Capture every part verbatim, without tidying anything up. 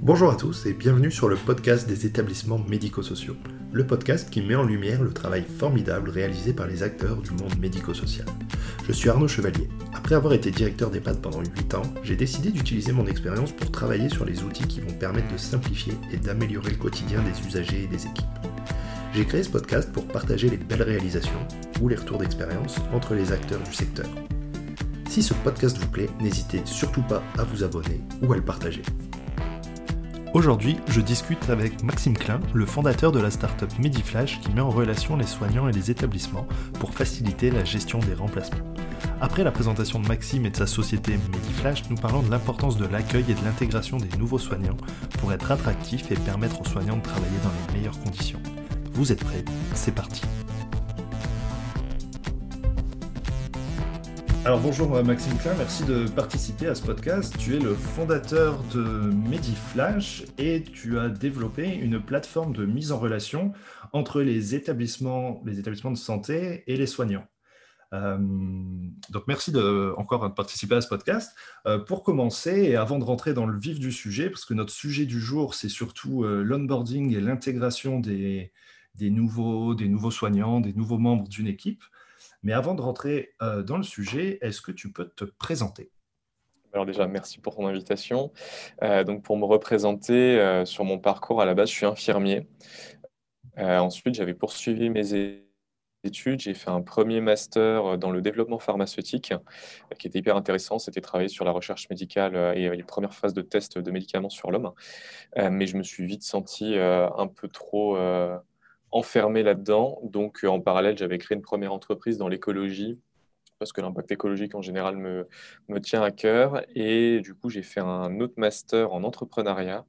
Bonjour à tous et bienvenue sur le podcast des établissements médico-sociaux, le podcast qui met en lumière le travail formidable réalisé par les acteurs du monde médico-social. Je suis Arnaud Chevalier. Après avoir été directeur d'EHPAD pendant huit ans, j'ai décidé d'utiliser mon expérience pour travailler sur les outils qui vont permettre de simplifier et d'améliorer le quotidien des usagers et des équipes. J'ai créé ce podcast pour partager les belles réalisations ou les retours d'expérience entre les acteurs du secteur. Si ce podcast vous plaît, n'hésitez surtout pas à vous abonner ou à le partager. Aujourd'hui, je discute avec Maxime Klein, le fondateur de la start-up Mediflash qui met en relation les soignants et les établissements pour faciliter la gestion des remplacements. Après la présentation de Maxime et de sa société Mediflash, nous parlons de l'importance de l'accueil et de l'intégration des nouveaux soignants pour être attractifs et permettre aux soignants de travailler dans les meilleures conditions. Vous êtes prêts? C'est parti. Alors bonjour Maxime Klein, merci de participer à ce podcast. Tu es le fondateur de Mediflash et tu as développé une plateforme de mise en relation entre les établissements, les établissements de santé et les soignants. Euh, donc merci de, encore de participer à ce podcast. Euh, pour commencer et avant de rentrer dans le vif du sujet, parce que notre sujet du jour c'est surtout euh, l'onboarding et l'intégration des, des, nouveaux, des nouveaux soignants, des nouveaux membres d'une équipe. Mais avant de rentrer euh, dans le sujet, est-ce que tu peux te présenter? Alors déjà, merci pour ton invitation. Euh, donc pour me représenter euh, sur mon parcours, à la base, je suis infirmier. Euh, ensuite, j'avais poursuivi mes études. J'ai fait un premier master dans le développement pharmaceutique, euh, qui était hyper intéressant. C'était travailler sur la recherche médicale euh, et euh, les premières phases de tests de médicaments sur l'homme. Euh, mais je me suis vite senti euh, un peu trop euh, enfermé là-dedans. Donc euh, en parallèle, j'avais créé une première entreprise dans l'écologie parce que l'impact écologique en général me, me tient à cœur. Et du coup, j'ai fait un autre master en entrepreneuriat.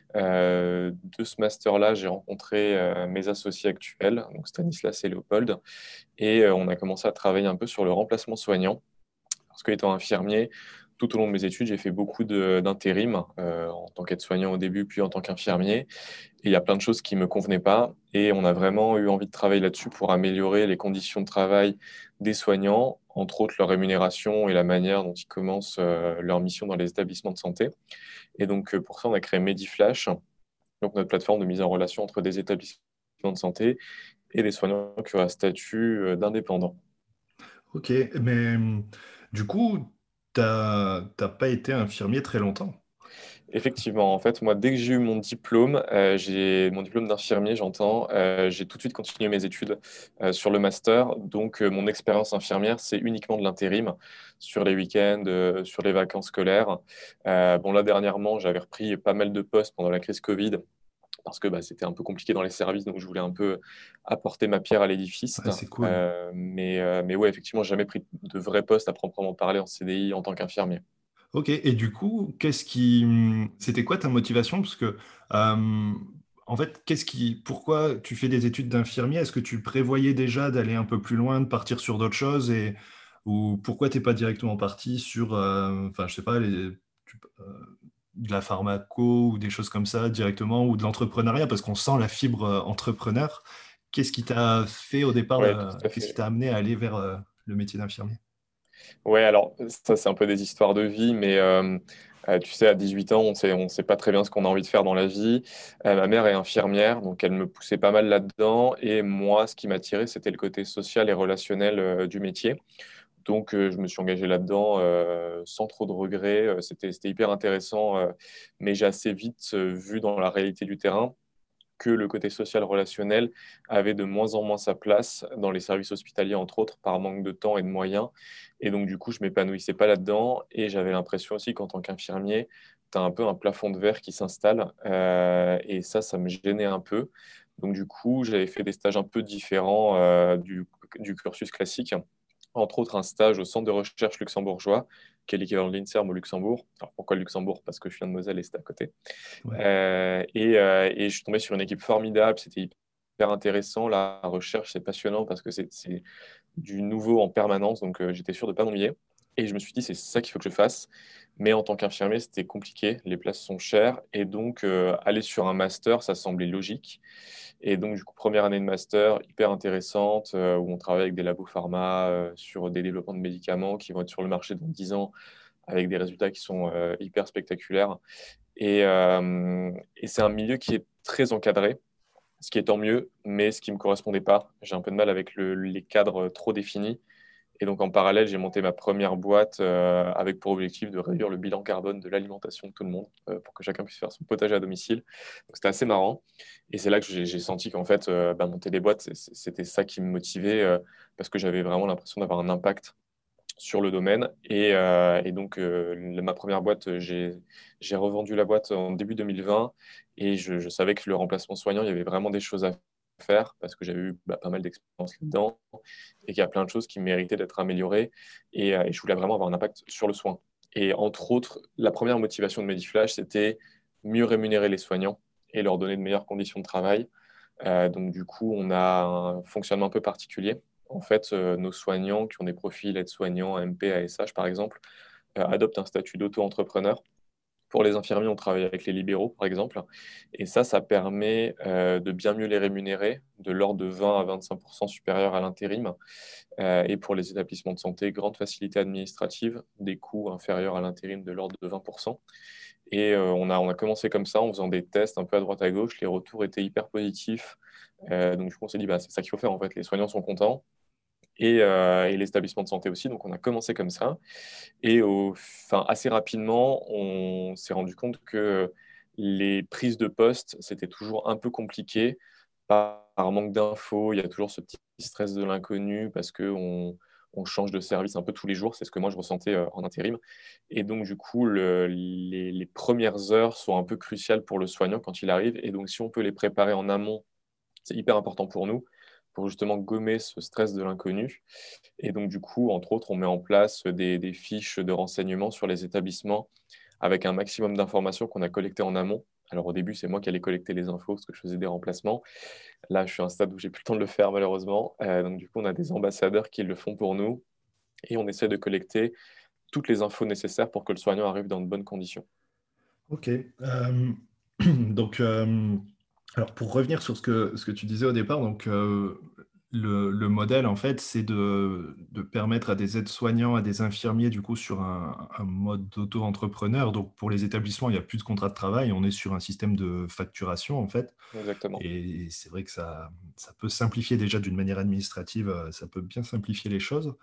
Euh, de ce master-là, j'ai rencontré euh, mes associés actuels, donc Stanislas et Léopold, et euh, on a commencé à travailler un peu sur le remplacement soignant. Parce qu'étant infirmier, tout au long de mes études, j'ai fait beaucoup de- d'intérim euh, en tant qu'aide-soignant au début, puis en tant qu'infirmier. Et il y a plein de choses qui ne me convenaient pas. Et on a vraiment eu envie de travailler là-dessus pour améliorer les conditions de travail des soignants, entre autres leur rémunération et la manière dont ils commencent euh, leur mission dans les établissements de santé. Et donc, euh, pour ça, on a créé Mediflash, donc notre plateforme de mise en relation entre des établissements de santé et des soignants qui ont un statut euh, d'indépendant. Ok, mais hum, du coup, tu n'as pas été infirmier très longtemps. Effectivement, en fait, moi, dès que j'ai eu mon diplôme, euh, j'ai mon diplôme d'infirmier, j'entends, euh, j'ai tout de suite continué mes études euh, sur le master. Donc, euh, mon expérience infirmière, c'est uniquement de l'intérim sur les week-ends, euh, sur les vacances scolaires. Euh, bon, là, dernièrement, j'avais repris pas mal de postes pendant la crise Covid parce que bah, c'était un peu compliqué dans les services, donc je voulais un peu apporter ma pierre à l'édifice. Ouais, c'est cool. Euh, mais, euh, mais ouais, effectivement, j'ai jamais pris de vrai poste à proprement parler en C D I en tant qu'infirmier. Ok, et du coup, qu'est-ce qui, hum, c'était quoi ta motivation? Parce que, euh, en fait, qu'est-ce qui, pourquoi tu fais des études d'infirmier? Est-ce que tu prévoyais déjà d'aller un peu plus loin, de partir sur d'autres choses et, ou pourquoi t'es pas directement parti sur, euh, enfin, je sais pas, les, tu- euh, de la pharmaco ou des choses comme ça directement ou de l'entrepreneuriat parce qu'on sent la fibre euh, entrepreneur. Qu'est-ce qui t'a fait au départ, Ouais, tout de- à qu'est-ce qui fait. t'a amené à aller vers euh, le métier d'infirmier? Ouais, alors ça, c'est un peu des histoires de vie, mais euh, euh, tu sais, à dix-huit ans, on sait, on sait pas très bien ce qu'on a envie de faire dans la vie. Euh, ma mère est infirmière, donc elle me poussait pas mal là-dedans. Et moi, ce qui m'attirait, c'était le côté social et relationnel euh, du métier. Donc, euh, je me suis engagé là-dedans euh, sans trop de regrets. Euh, C'était, c'était hyper intéressant, euh, mais j'ai assez vite euh, vu dans la réalité du terrain que le côté social relationnel avait de moins en moins sa place dans les services hospitaliers, entre autres, par manque de temps et de moyens. Et donc, du coup, je m'épanouissais pas là-dedans. Et j'avais l'impression aussi qu'en tant qu'infirmier, tu as un peu un plafond de verre qui s'installe. Euh, et ça, ça me gênait un peu. Donc, du coup, j'avais fait des stages un peu différents euh, du, du cursus classique, entre autres un stage au Centre de recherche luxembourgeois, qui est l'équivalent de l'INSERM au Luxembourg. Alors pourquoi le Luxembourg? Parce que je viens de Moselle et c'est à côté. Ouais. Euh, et, euh, et je suis tombé sur une équipe formidable, c'était hyper intéressant. La recherche, c'est passionnant parce que c'est c'est du nouveau en permanence, donc euh, j'étais sûr de ne pas m'ennuyer. Et je me suis dit, c'est ça qu'il faut que je fasse. Mais en tant qu'infirmier, c'était compliqué, les places sont chères, et donc euh, aller sur un master, ça semblait logique. Et donc, du coup, première année de master, hyper intéressante, euh, où on travaille avec des labos pharma euh, sur des développements de médicaments qui vont être sur le marché dans dix ans, avec des résultats qui sont euh, hyper spectaculaires. Et, euh, et c'est un milieu qui est très encadré, ce qui est tant mieux, mais ce qui ne me correspondait pas. J'ai un peu de mal avec le- les cadres trop définis. Et donc, en parallèle, j'ai monté ma première boîte euh, avec pour objectif de réduire le bilan carbone de l'alimentation de tout le monde euh, pour que chacun puisse faire son potager à domicile. Donc, c'était assez marrant. Et c'est là que j'ai j'ai senti qu'en fait, euh, bah, monter des boîtes, c'est- c'est- c'était ça qui me motivait euh, parce que j'avais vraiment l'impression d'avoir un impact sur le domaine. Et, euh, et donc, euh, le- ma première boîte, j'ai j'ai revendu la boîte en début deux mille vingt et je, je savais que le remplacement soignant, il y avait vraiment des choses à faire parce que j'avais eu bah, pas mal d'expérience là-dedans et qu'il y a plein de choses qui méritaient d'être améliorées et, euh, et je voulais vraiment avoir un impact sur le soin. Et entre autres, la première motivation de Mediflash, c'était mieux rémunérer les soignants et leur donner de meilleures conditions de travail. Euh, donc, du coup, on a un fonctionnement un peu particulier. En fait, euh, nos soignants qui ont des profils aides-soignants, A M P, A S H par exemple, euh, adoptent un statut d'auto-entrepreneur. Pour les infirmiers, on travaille avec les libéraux, par exemple. Et ça, ça permet euh, de bien mieux les rémunérer, de l'ordre de vingt à vingt-cinq pour cent supérieur à l'intérim. Euh, et pour les établissements de santé, grande facilité administrative, des coûts inférieurs à l'intérim de l'ordre de vingt pour cent. Et euh, on a, on a commencé comme ça en faisant des tests un peu à droite à gauche. Les retours étaient hyper positifs. Euh, donc, du coup, on s'est dit, bah, c'est ça qu'il faut faire en fait. Les soignants sont contents et, euh, et l'établissement de santé aussi. Donc, on a commencé comme ça. Et au, enfin, assez rapidement, on s'est rendu compte que les prises de poste, c'était toujours un peu compliqué par, par manque d'infos. Il y a toujours ce petit stress de l'inconnu parce qu'on on change de service un peu tous les jours. C'est ce que moi, je ressentais euh, en intérim. Et donc, du coup, le- les, les premières heures sont un peu cruciales pour le soignant quand il arrive. Et donc, si on peut les préparer en amont, c'est hyper important pour nous, pour justement gommer ce stress de l'inconnu. Et donc, du coup, entre autres, on met en place des, des fiches de renseignements sur les établissements avec un maximum d'informations qu'on a collectées en amont. Alors, au début, c'est moi qui allais collecter les infos parce que je faisais des remplacements. Là, je suis à un stade où j'ai plus le temps de le faire, malheureusement. Euh, donc, du coup, on a des ambassadeurs qui le font pour nous et on essaie de collecter toutes les infos nécessaires pour que le soignant arrive dans de bonnes conditions. Ok. Euh, donc, euh, alors pour revenir sur ce que, ce que tu disais au départ, donc euh, le, le modèle en fait, c'est de, de permettre à des aides-soignants, à des infirmiers, du coup, sur un, un mode d'auto-entrepreneur. Donc pour les établissements, il n'y a plus de contrat de travail, on est sur un système de facturation en fait. Exactement. Et c'est vrai que ça, ça peut simplifier déjà d'une manière administrative, euh, ça peut bien simplifier les choses.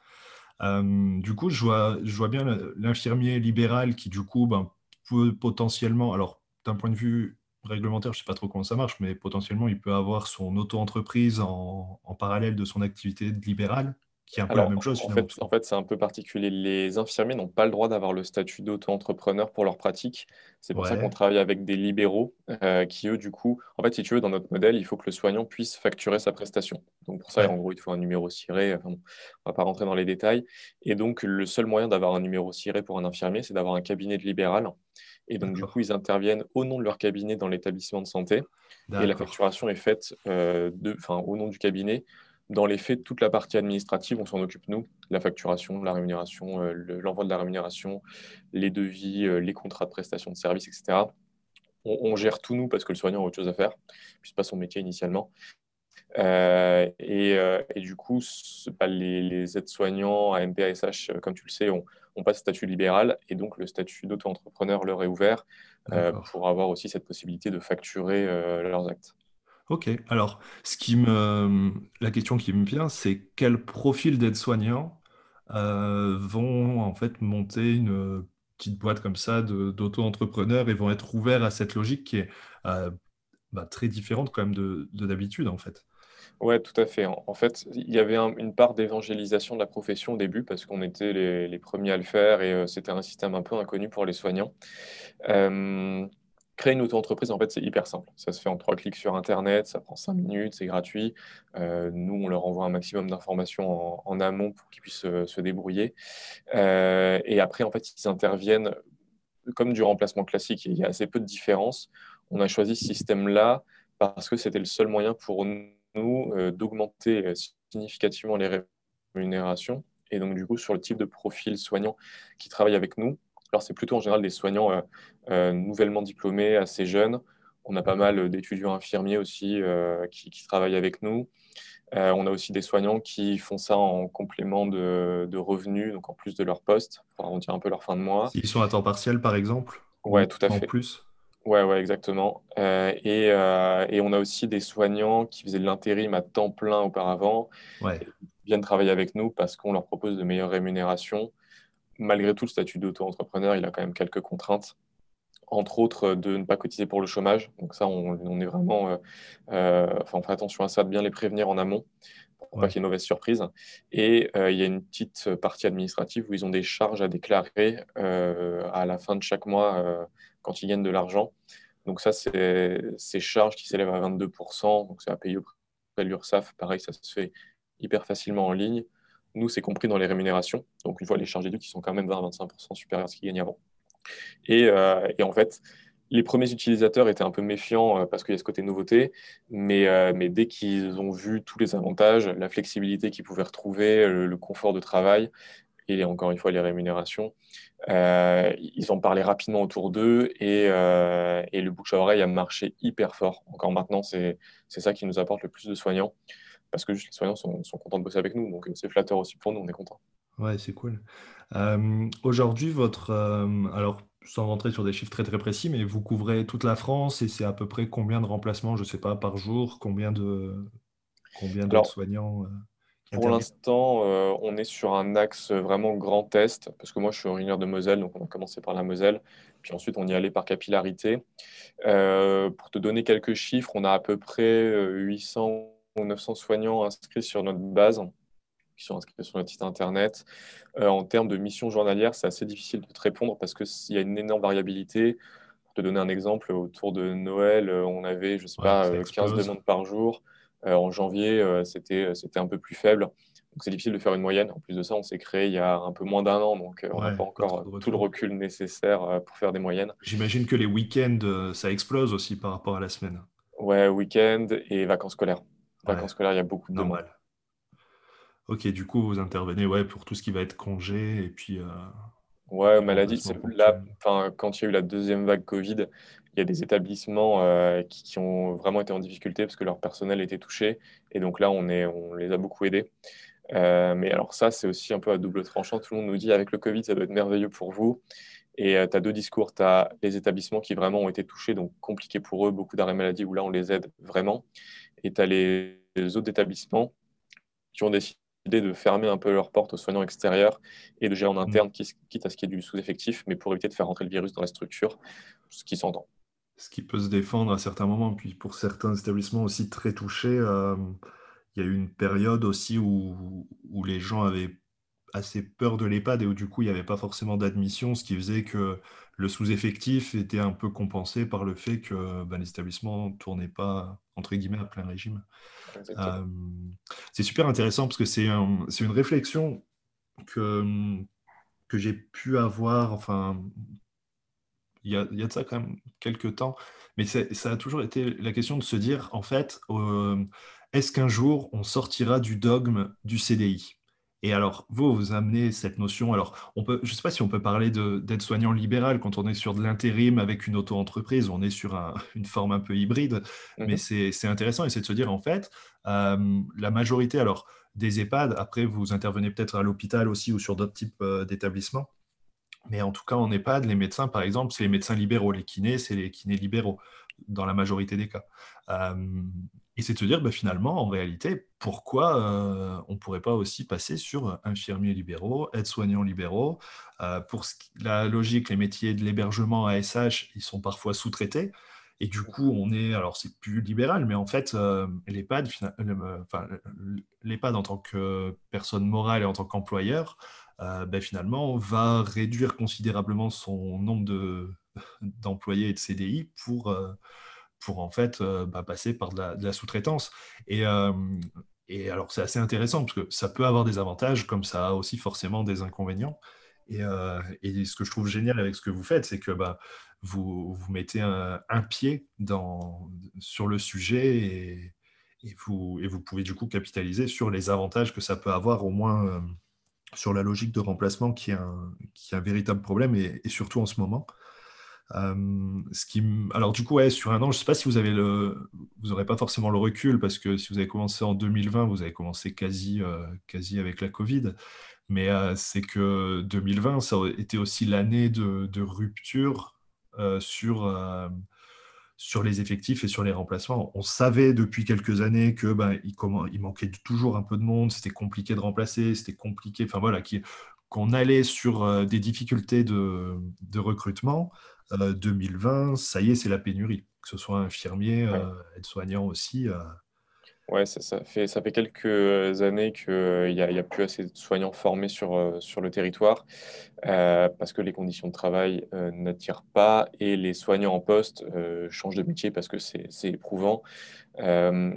Euh, du coup, je vois, je vois bien le- l'infirmier libéral qui, du coup, ben, peut potentiellement, alors d'un point de vue réglementaire, je ne sais pas trop comment ça marche, mais potentiellement, il peut avoir son auto-entreprise en, en parallèle de son activité de libéral, qui est un peu la même Alors, chose en finalement. fait, Parce en qu'on- fait, c'est un peu particulier. Les infirmiers n'ont pas le droit d'avoir le statut d'auto-entrepreneur pour leur pratique. C'est pour ça qu'on Ouais, travaille avec des libéraux euh, qui, eux, du coup, en fait, si tu veux, dans notre modèle, il faut que le soignant puisse facturer sa prestation. Donc, pour ça, en ouais, gros, il faut un numéro ciré. Enfin, bon, on va pas rentrer dans les détails. Et donc, le seul moyen d'avoir un numéro ciré pour un infirmier, c'est d'avoir un cabinet de libéral. Et donc, du coup, d'accord, ils interviennent au nom de leur cabinet dans l'établissement de santé. Et la d'accord. facturation est faite euh, de, enfin, au nom du cabinet. Dans les faits, toute la partie administrative, on s'en occupe nous. La facturation, la rémunération, euh, le- l'envoi de la rémunération, les devis, euh, les contrats de prestation de services, et cetera. On, on gère tout nous parce que le soignant a autre chose à faire, puis c'est pas son métier initialement. Euh, et, euh, et du coup, c'est pas les, les aides-soignants à M P A S H, euh, comme tu le sais, on, on passe statut libéral et donc le statut d'auto-entrepreneur leur est ouvert euh, D'accord. pour avoir aussi cette possibilité de facturer euh, leurs actes. Ok. Alors, ce qui me, la question qui me vient, c'est quel profil d'aide-soignant euh, vont en fait monter une petite boîte comme ça de- d'auto-entrepreneurs et vont être ouverts à cette logique qui est euh, bah, très différente quand même de, de d'habitude en fait. Ouais, tout à fait. En, en fait, il y avait un- une part d'évangélisation de la profession au début parce qu'on était les, les premiers à le faire et euh, c'était un système un peu inconnu pour les soignants. Euh, Créer une auto-entreprise, en fait, c'est hyper simple. Ça se fait en trois clics sur Internet, ça prend cinq minutes, c'est gratuit. Euh, nous, on leur envoie un maximum d'informations en, en amont pour qu'ils puissent euh, se débrouiller. Euh, et après, en fait, ils interviennent comme du remplacement classique. Il y a assez peu de différence. On a choisi ce système-là parce que c'était le seul moyen pour nous euh, d'augmenter euh, significativement les rémunérations. Et donc, du coup, sur le type de profil soignant qui travaille avec nous, alors c'est plutôt en général des soignants euh, euh, nouvellement diplômés, assez jeunes. On a pas D'accord. mal d'étudiants infirmiers aussi euh, qui, qui travaillent avec nous. Euh, on a aussi des soignants qui font ça en complément de, de revenus, donc en plus de leur poste, pour arrondir un peu leur fin de mois. S'ils sont à temps partiel par exemple, ou Ouais, tout à en fait. plus. Ouais, ouais, exactement. Euh, et, euh, et on a aussi des soignants qui faisaient de l'intérim à temps plein auparavant Ouais, et qui viennent travailler avec nous parce qu'on leur propose de meilleures rémunérations. Malgré tout, le statut d'auto-entrepreneur, il a quand même quelques contraintes, entre autres euh, de ne pas cotiser pour le chômage. Donc ça, on, on est vraiment, euh, euh, enfin, on fait attention à ça, de bien les prévenir en amont pour pas ouais, qu'il y ait une mauvaise surprise. Et euh, il y a une petite partie administrative où ils ont des charges à déclarer euh, à la fin de chaque mois euh, quand ils gagnent de l'argent. Donc ça, c'est ces charges qui s'élèvent à vingt-deux pour cent, donc c'est à payer auprès de l'URSSAF. Pareil, ça se fait hyper facilement en ligne. Nous, c'est compris dans les rémunérations. Donc une fois les charges déduites qui sont quand même vingt à vingt-cinq pour cent supérieures à ce qu'ils gagnaient avant. Et, euh, et en fait, les premiers utilisateurs étaient un peu méfiants euh, parce qu'il y a ce côté nouveauté, mais, euh, mais dès qu'ils ont vu tous les avantages, la flexibilité qu'ils pouvaient retrouver, le, le confort de travail et encore une fois les rémunérations, euh, ils en parlaient rapidement autour d'eux et, euh, et le bouche à oreille a marché hyper fort. Encore maintenant, c'est c'est ça qui nous apporte le plus de soignants parce que juste les soignants sont, sont contents de bosser avec nous, donc euh, c'est flatteur aussi pour nous, on est contents. ouais, c'est cool. Euh, aujourd'hui, votre, euh, alors, sans rentrer sur des chiffres très très précis, mais vous couvrez toute la France et c'est à peu près combien de remplacements, je sais pas, par jour, combien de, combien Alors, d'aides-soignants euh, qui pour interviennent? l'instant, euh, on est sur un axe vraiment Grand Est, parce que moi je suis originaire de Moselle, donc on a commencé par la Moselle, puis ensuite on y allait par capillarité. Euh, pour te donner quelques chiffres, on a à peu près euh, huit cents ou neuf cents soignants inscrits sur notre base, qui sont inscrits sur notre site internet. Euh, en termes de missions journalières, c'est assez difficile de te répondre parce qu'il y a une énorme variabilité. Pour te donner un exemple, autour de Noël, euh, on avait, je sais Ouais, pas, ça euh, quinze explose. demandes par jour. Euh, en janvier, euh, c'était, c'était un peu plus faible. Donc c'est difficile de faire une moyenne. En plus de ça, on s'est créé il y a un peu moins d'un an, donc euh, on n'a Ouais, pas pas encore trop euh, de tout le retours. recul nécessaire euh, pour faire des moyennes. J'imagine que les week-ends, euh, ça explose aussi par rapport à la semaine. Ouais, week-end et vacances scolaires. Ouais, Vacances scolaires, il y a beaucoup de demandes. normal. Ok, du coup, vous intervenez ouais, pour tout ce qui va être congé et puis, euh, et Ouais, puis maladie, remplacement c'est là, ponctuel. enfin, quand il y a eu la deuxième vague Covid, il y a des établissements euh, qui, qui ont vraiment été en difficulté parce que leur personnel était touché. Et donc là, on est, on les a beaucoup aidés. Euh, mais alors ça, c'est aussi un peu à double tranchant. Tout le monde nous dit avec le Covid, ça doit être merveilleux pour vous. Et tu as deux discours. Tu as les établissements qui vraiment ont été touchés, donc compliqué pour eux, beaucoup d'arrêts maladie où là, on les aide vraiment. Et tu as les, les autres établissements qui ont décidé de fermer un peu leurs portes aux soignants extérieurs et de gérer en Hmm. interne, quitte à ce qu'il y ait du sous-effectif, mais pour éviter de faire rentrer le virus dans la structure, ce qui s'entend. Ce qui peut se défendre à certains moments. Puis pour certains établissements aussi très touchés, euh, il y a eu une période aussi où, où les gens avaient assez peur de l'EHPAD et où du coup il n'y avait pas forcément d'admission, ce qui faisait que le sous-effectif était un peu compensé par le fait que ben, les établissements ne tournaient pas entre guillemets à plein régime. Euh, Exactement. c'est super intéressant parce que c'est un- c'est une réflexion que, que j'ai pu avoir, enfin, il y a, il y a de ça quand même quelques temps, mais c'est- ça a toujours été la question de se dire, en fait, euh, est-ce qu'un jour on sortira du dogme du C D I? Et alors, vous, vous amenez cette notion, alors, on peut, je ne sais pas si on peut parler de, d'aide-soignant libéral quand on est sur de l'intérim avec une auto-entreprise, on est sur un- une forme un peu hybride, mais Mhm. c'est c'est intéressant et c'est de se dire, en fait, euh, la majorité, alors, des EHPAD, après, vous intervenez peut-être à l'hôpital aussi ou sur d'autres types euh, d'établissements, mais en tout cas, en EHPAD, les médecins, par exemple, c'est les médecins libéraux. Les kinés, c'est les kinés libéraux, dans la majorité des cas. Euh, et c'est de se dire, bah, finalement, en réalité, pourquoi euh, on ne pourrait pas aussi passer sur infirmiers libéraux, aides-soignants libéraux. Euh, pour ce qui- la logique, les métiers de l'hébergement A S H, ils sont parfois sous-traités. Et du coup, on est, alors c'est plus libéral, mais en fait, euh, l'EHPAD, fina- euh, enfin, l'EHPAD en tant que personne morale et en tant qu'employeur, euh, ben, finalement, va réduire considérablement son nombre de, d'employés et de C D I pour, euh, pour en fait euh, bah, passer par de la, de la sous-traitance. Et, euh, et alors, c'est assez intéressant parce que ça peut avoir des avantages comme ça a aussi forcément des inconvénients. Et, euh, et ce que je trouve génial avec ce que vous faites, c'est que bah, vous, vous mettez un, un pied dans, sur le sujet et, et, vous, et vous pouvez du coup capitaliser sur les avantages que ça peut avoir au moins. Euh, sur la logique de remplacement qui est un, qui est un véritable problème et, et surtout en ce moment. Euh, ce qui, m- alors du coup, ouais, sur un an, je ne sais pas si vous avez le, vous n'aurez pas forcément le recul parce que si vous avez commencé en deux mille vingt, vous avez commencé quasi, euh, quasi avec la Covid, mais euh, c'est que deux mille vingt, ça a été aussi l'année de, de rupture euh, sur, euh, sur les effectifs et sur les remplacements. On savait depuis quelques années que ben, il, comment, il manquait toujours un peu de monde, c'était compliqué de remplacer, c'était compliqué, enfin voilà, qui, qu'on allait sur euh, des difficultés de, de recrutement. Euh, deux mille vingt, ça y est, c'est la pénurie. Que ce soit infirmier, Ouais. euh, aide-soignant aussi. euh, Ouais, ça, ça fait, ça fait quelques années qu'il n'y a, il y a plus assez de soignants formés sur, euh, sur le territoire euh, parce que les conditions de travail euh, n'attirent pas et les soignants en poste euh, changent de métier parce que c'est, c'est éprouvant. Euh,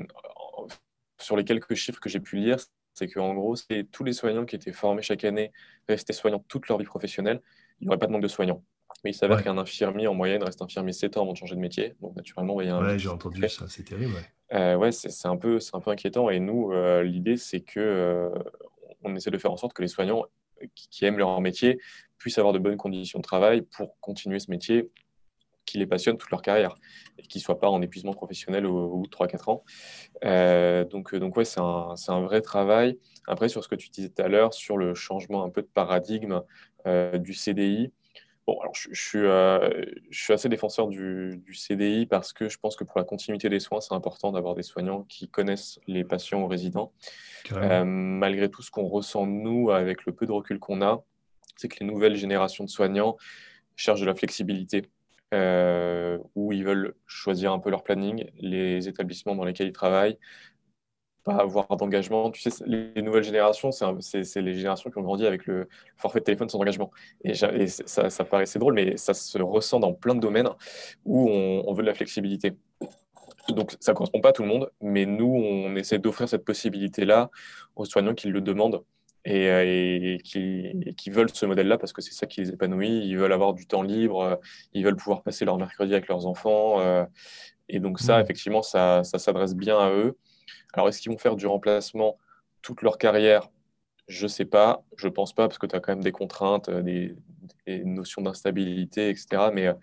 sur les quelques chiffres que j'ai pu lire, c'est qu'en gros, c'est tous les soignants qui étaient formés chaque année restaient soignants toute leur vie professionnelle, il n'y aurait pas de manque de soignants. Mais il s'avère ouais, qu'un infirmier, en moyenne, reste infirmier sept ans avant de changer de métier. Donc, naturellement, il y a un ouais, vide j'ai qui est entendu fait. ça, c'est terrible. Ouais. Euh, ouais, c'est c'est un peu, c'est un peu inquiétant. Et nous, euh, l'idée, c'est que euh, on essaie de faire en sorte que les soignants qui, qui aiment leur métier puissent avoir de bonnes conditions de travail pour continuer ce métier qui les passionne toute leur carrière et qui ne soient pas en épuisement professionnel au, au bout de trois quatre ans. Euh, donc, euh, donc ouais, c'est un, c'est un vrai travail. Après, sur ce que tu disais tout à l'heure, sur le changement un peu de paradigme euh, du C D I, bon, alors je, je suis, euh, je suis assez défenseur du, du C D I parce que je pense que pour la continuité des soins, c'est important d'avoir des soignants qui connaissent les patients ou résidents. Carrément. Euh, malgré tout ce qu'on ressent, nous, avec le peu de recul qu'on a, c'est que les nouvelles générations de soignants cherchent de la flexibilité, euh, où ils veulent choisir un peu leur planning, les établissements dans lesquels ils travaillent, pas avoir d'engagement. Tu sais, c'est- les nouvelles générations, c'est un- c'est- c'est les générations qui ont grandi avec le forfait de téléphone sans engagement. Et, j'a- et c'est- ça, ça paraissait drôle, mais ça se ressent dans plein de domaines où on, on veut de la flexibilité. Donc, ça ne correspond pas à tout le monde, mais nous, on essaie d'offrir cette possibilité-là aux soignants qui le demandent et, euh, et qui, et qui veulent ce modèle-là parce que c'est ça qui les épanouit. Ils veulent avoir du temps libre, euh, ils veulent pouvoir passer leur mercredi avec leurs enfants. euh, et donc, ça, Hmm. effectivement, ça, ça s'adresse bien à eux. Alors, est-ce qu'ils vont faire du remplacement toute leur carrière? Je ne sais pas, je ne pense pas, parce que tu as quand même des contraintes, euh, des, des notions d'instabilité, et cetera. Mais, euh,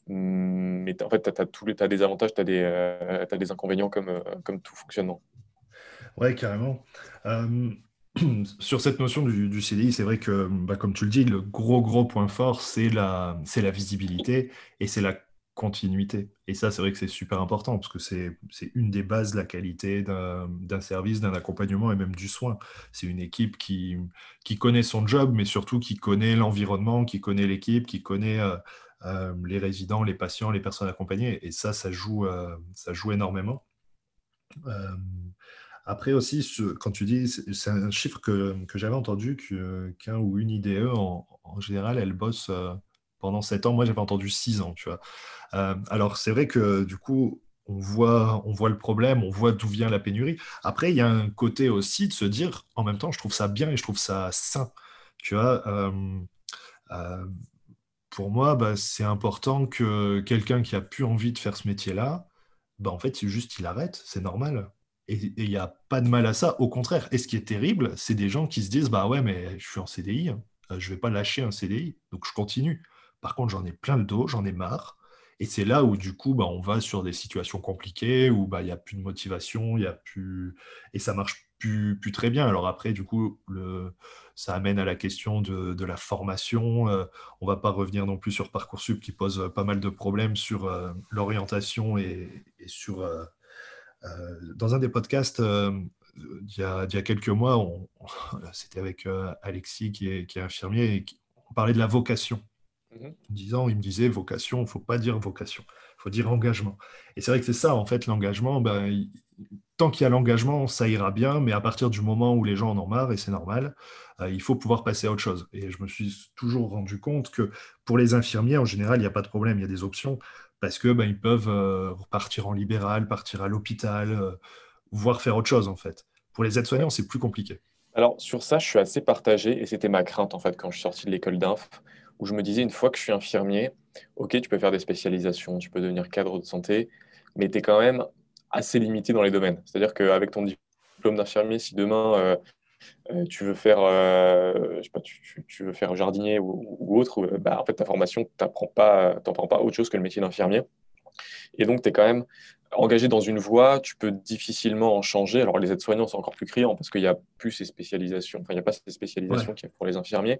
mais t'as- en fait, tu as, tous les, t'as des avantages, tu as des, euh, t'as des inconvénients comme, euh, comme tout fonctionnement. Ouais, carrément. Euh, sur cette notion du, du C D I, c'est vrai que, bah, comme tu le dis, le gros, gros point fort, c'est la, c'est la visibilité et c'est la continuité. Et ça, c'est vrai que c'est super important parce que c'est, c'est une des bases de la qualité d'un, d'un service, d'un accompagnement et même du soin. C'est une équipe qui, qui connaît son job, mais surtout qui connaît l'environnement, qui connaît l'équipe, qui connaît euh, euh, les résidents, les patients, les personnes accompagnées. Et ça, ça joue, euh, ça joue énormément. Euh, Après aussi, ce- quand tu dis, c'est c'est un chiffre que, que j'avais entendu que- qu'un ou une I D E, en, en général, elle bosse euh, pendant sept ans. Moi, j'avais entendu six ans, tu vois. Euh, alors, c'est vrai que du coup, on voit, on voit le problème, on voit d'où vient la pénurie. Après, il y a un côté aussi de se dire, en même temps, je trouve ça bien et je trouve ça sain. Tu vois, euh, euh, pour moi, bah, c'est important que quelqu'un qui a plus envie de faire ce métier-là, bah, en fait, c'est juste il arrête, c'est normal. Et il n'y a pas de mal à ça. Au contraire, et ce qui est terrible, c'est des gens qui se disent, bah ouais, mais je suis en C D I, hein. Euh, je vais pas lâcher un C D I, donc je continue. Par contre, j'en ai plein le dos, j'en ai marre. Et c'est là où, du coup, bah, on va sur des situations compliquées, où bah, il n'y a plus de motivation, il y a plus... et ça marche plus, plus très bien. Alors après, du coup, le... ça amène à la question de, de la formation. Euh, on va pas revenir non plus sur Parcoursup qui pose euh, pas mal de problèmes sur euh, l'orientation et, et sur... euh, euh, dans un des podcasts, euh, il y a, il y a quelques mois, on- c'était avec euh, Alexis qui est, qui est infirmier et qui- on parlait de la vocation. Mhm. En disant, il me disait vocation, il ne faut pas dire vocation, il faut dire engagement. Et c'est vrai que c'est ça, en fait, l'engagement, ben, il- tant qu'il y a l'engagement, ça ira bien, mais à partir du moment où les gens en ont marre, et c'est normal, euh, il faut pouvoir passer à autre chose. Et je me suis toujours rendu compte que pour les infirmiers, en général, il n'y a pas de problème, il y a des options, parce que ben, ils peuvent euh, partir en libéral, partir à l'hôpital, euh, voire faire autre chose, en fait. Pour les Ouais. aides-soignants, c'est plus compliqué. Alors, sur ça, je suis assez partagé et c'était ma crainte, en fait, quand je suis sorti de l'école d'inf, où je me disais, une fois que je suis infirmier, ok, tu peux faire des spécialisations, tu peux devenir cadre de santé, mais tu es quand même assez limité dans les domaines. C'est-à-dire qu'avec ton diplôme d'infirmier, si demain, euh, euh, tu veux faire, euh, je sais pas, tu, tu- tu veux faire jardinier ou, ou autre, euh, bah, en fait, ta formation, tu n'apprends pas, t'apprends pas autre chose que le métier d'infirmier. Et donc, tu es quand même engagé dans une voie, tu peux difficilement en changer. Alors, les aides-soignants, c'est encore plus criant parce qu'il n'y a plus ces spécialisations. Enfin, il n'y a pas ces Ouais, spécialisations qu'il y a pour les infirmiers.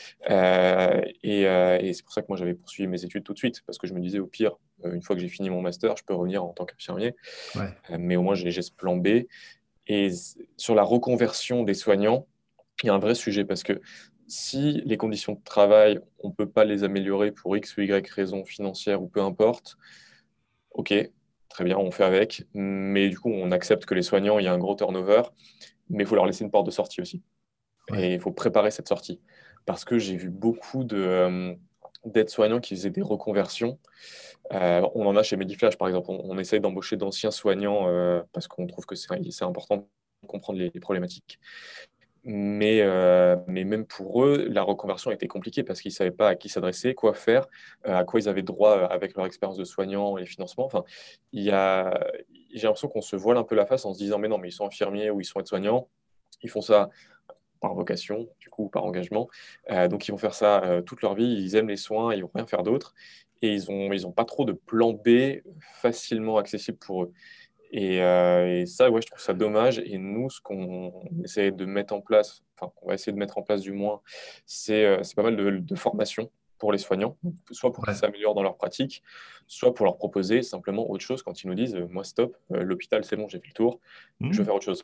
Euh, et, euh, et c'est pour ça que moi, j'avais poursuivi mes études tout de suite parce que je me disais, au pire, euh, une fois que j'ai fini mon master, je peux revenir en tant qu'infirmier. ouais, Euh, mais au moins, j'ai j'ai ce plan B. Et s- sur la reconversion des soignants, il y a un vrai sujet parce que si les conditions de travail, on ne peut pas les améliorer pour X ou Y raison financière ou peu importe, ok, très bien, on fait avec. Mais du coup, on accepte que les soignants, il y a un gros turnover, mais il faut leur laisser une porte de sortie aussi. ouais. Et il faut préparer cette sortie. Parce que j'ai vu beaucoup de, euh, d'aides-soignants qui faisaient des reconversions. Euh, on en a chez Mediflash, par exemple. On, on essaye d'embaucher d'anciens soignants euh, parce qu'on trouve que c'est, c'est important de comprendre les, les problématiques. Mais, euh, mais même pour eux, la reconversion était compliquée parce qu'ils ne savaient pas à qui s'adresser, quoi faire, euh, à quoi ils avaient droit euh, avec leur expérience de soignant et les financements. Enfin, il y a, j'ai l'impression qu'on se voile un peu la face en se disant, mais non, mais ils sont infirmiers ou ils sont aides-soignants, ils font ça par vocation, du coup, par engagement. Euh, donc, ils vont faire ça euh, toute leur vie, ils aiment les soins, ils vont rien faire d'autre. Et ils n'ont ils ont pas trop de plan B facilement accessible pour eux. Et, euh, et ça, ouais, je trouve ça dommage. Et nous, ce qu'on essaie de mettre en place, enfin, qu'on va essayer de mettre en place du moins, c'est euh, c'est pas mal de, de formation pour les soignants, soit pour qu'ils Ouais. s'améliorent dans leur pratique, soit pour leur proposer simplement autre chose quand ils nous disent, euh, moi, stop, euh, l'hôpital, c'est bon, j'ai fait le tour, je veux Hmm. faire autre chose.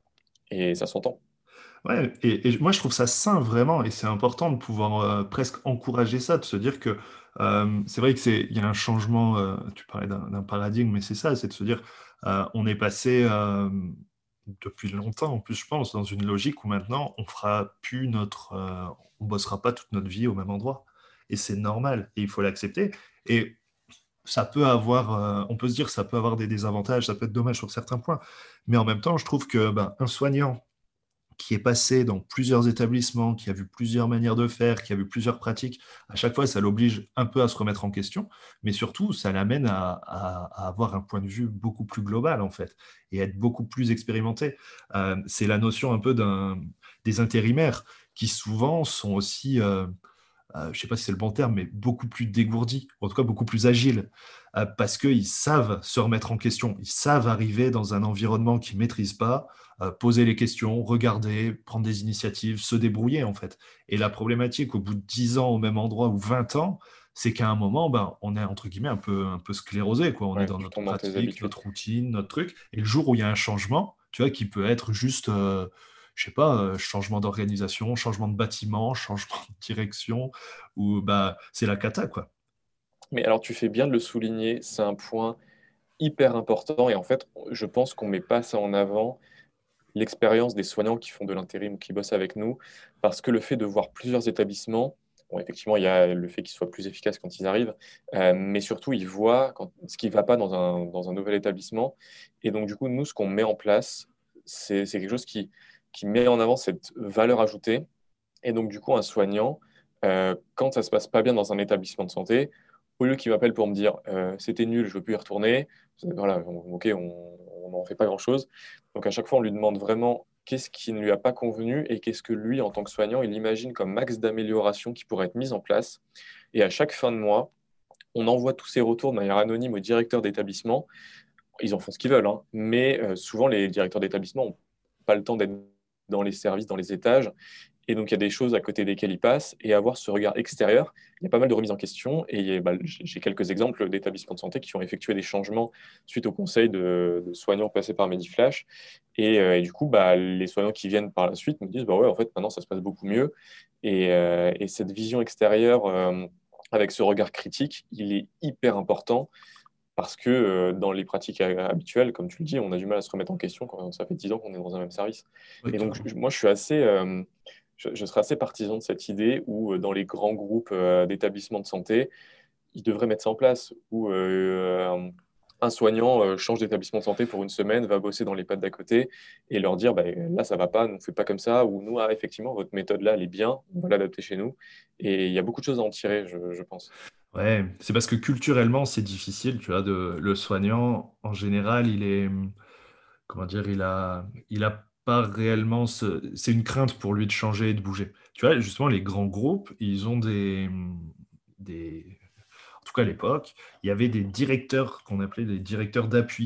Et ça s'entend. Ouais, et, et moi je trouve ça sain vraiment, et c'est important de pouvoir euh, presque encourager ça, de se dire que euh, c'est vrai que c'est, il y a un changement, euh, tu parlais d'un d'un paradigme, mais c'est ça, c'est de se dire euh, on est passé euh, depuis longtemps en plus je pense dans une logique où maintenant on fera plus notre, euh, on bossera pas toute notre vie au même endroit, et c'est normal, et il faut l'accepter. Et ça peut avoir, euh, on peut se dire que ça peut avoir des désavantages, ça peut être dommage sur certains points, mais en même temps je trouve que ben, un soignant qui est passé dans plusieurs établissements, qui a vu plusieurs manières de faire, qui a vu plusieurs pratiques, à chaque fois, ça l'oblige un peu à se remettre en question, mais surtout, ça l'amène à, à- à avoir un point de vue beaucoup plus global, en fait, et à être beaucoup plus expérimenté. Euh, c'est la notion un peu d'un, des intérimaires, qui souvent sont aussi, euh, euh, je ne sais pas si c'est le bon terme, mais beaucoup plus dégourdis, ou en tout cas beaucoup plus agiles, euh, parce qu'ils savent se remettre en question, ils savent arriver dans un environnement qu'ils ne maîtrisent pas, euh, poser les questions, regarder, prendre des initiatives, se débrouiller en fait. Et la problématique au bout de dix ans au même endroit ou vingt ans, c'est qu'à un moment, ben, on est entre guillemets un peu, un peu sclérosé, quoi. On est Ouais, dans tu notre tombes dans tes pratique, habitudes. notre routine, notre truc. Et le jour où il y a un changement, tu vois, qui peut être juste, euh, je sais pas, euh, changement d'organisation, changement de bâtiment, changement de direction, ou bah c'est la cata, quoi. Mais alors, tu fais bien de le souligner, c'est un point hyper important. Et en fait, je pense qu'on ne met pas ça en avant, l'expérience des soignants qui font de l'intérim ou qui bossent avec nous, parce que le fait de voir plusieurs établissements, bon, effectivement, il y a le fait qu'ils soient plus efficaces quand ils arrivent, euh, mais surtout, ils voient quand, ce qui ne va pas dans un, dans un nouvel établissement. Et donc, du coup, nous, ce qu'on met en place, c'est c'est quelque chose qui, qui met en avant cette valeur ajoutée. Et donc, du coup, un soignant, euh, quand ça se passe pas bien dans un établissement de santé, au lieu qu'il m'appelle pour me dire euh, c'était nul, je veux plus y retourner, voilà, on- ok, on n'en fait pas grand-chose. Donc, à chaque fois, on lui demande vraiment qu'est-ce qui ne lui a pas convenu et qu'est-ce que lui, en tant que soignant, il imagine comme max d'amélioration qui pourrait être mis en place. Et à chaque fin de mois, on envoie tous ces retours de manière anonyme au directeur d'établissement. Ils en font ce qu'ils veulent, hein, mais euh, souvent, les directeurs d'établissement n'ont pas le temps d'être dans les services, dans les étages. Et donc, il y a des choses à côté desquelles ils passent. Et avoir ce regard extérieur, il y a pas mal de remises en question. Et bah, j'ai quelques exemples d'établissements de santé qui ont effectué des changements suite au conseil de, de soignants passés par Mediflash. Et, euh, et du coup, bah, les soignants qui viennent par la suite me disent, bah ouais, en fait, maintenant, ça se passe beaucoup mieux. Et, euh, et cette vision extérieure, euh, avec ce regard critique, il est hyper important parce que euh, dans les pratiques euh, habituelles, comme tu le dis, on a du mal à se remettre en question quand ça fait dix ans qu'on est dans un même service. Oui, Et donc, carrément. je- moi, je suis assez, euh, je, je serais assez partisan de cette idée où, euh, dans les grands groupes euh, d'établissements de santé, ils devraient mettre ça en place, où euh, un soignant euh, change d'établissement de santé pour une semaine, va bosser dans les pattes d'à côté et leur dire, bah, là, ça va pas, on ne fait pas comme ça, ou nous, ah, effectivement, votre méthode là, elle est bien, on va l'adapter chez nous. Et il y a beaucoup de choses à en tirer, je, je pense. Ouais, c'est parce que culturellement, c'est difficile, tu vois, de, le soignant, en général, il est, comment dire, il a, il a pas réellement ce, c'est une crainte pour lui de changer et de bouger. Tu vois, justement, les grands groupes, ils ont des, des, en tout cas à l'époque, il y avait des directeurs qu'on appelait des directeurs d'appui.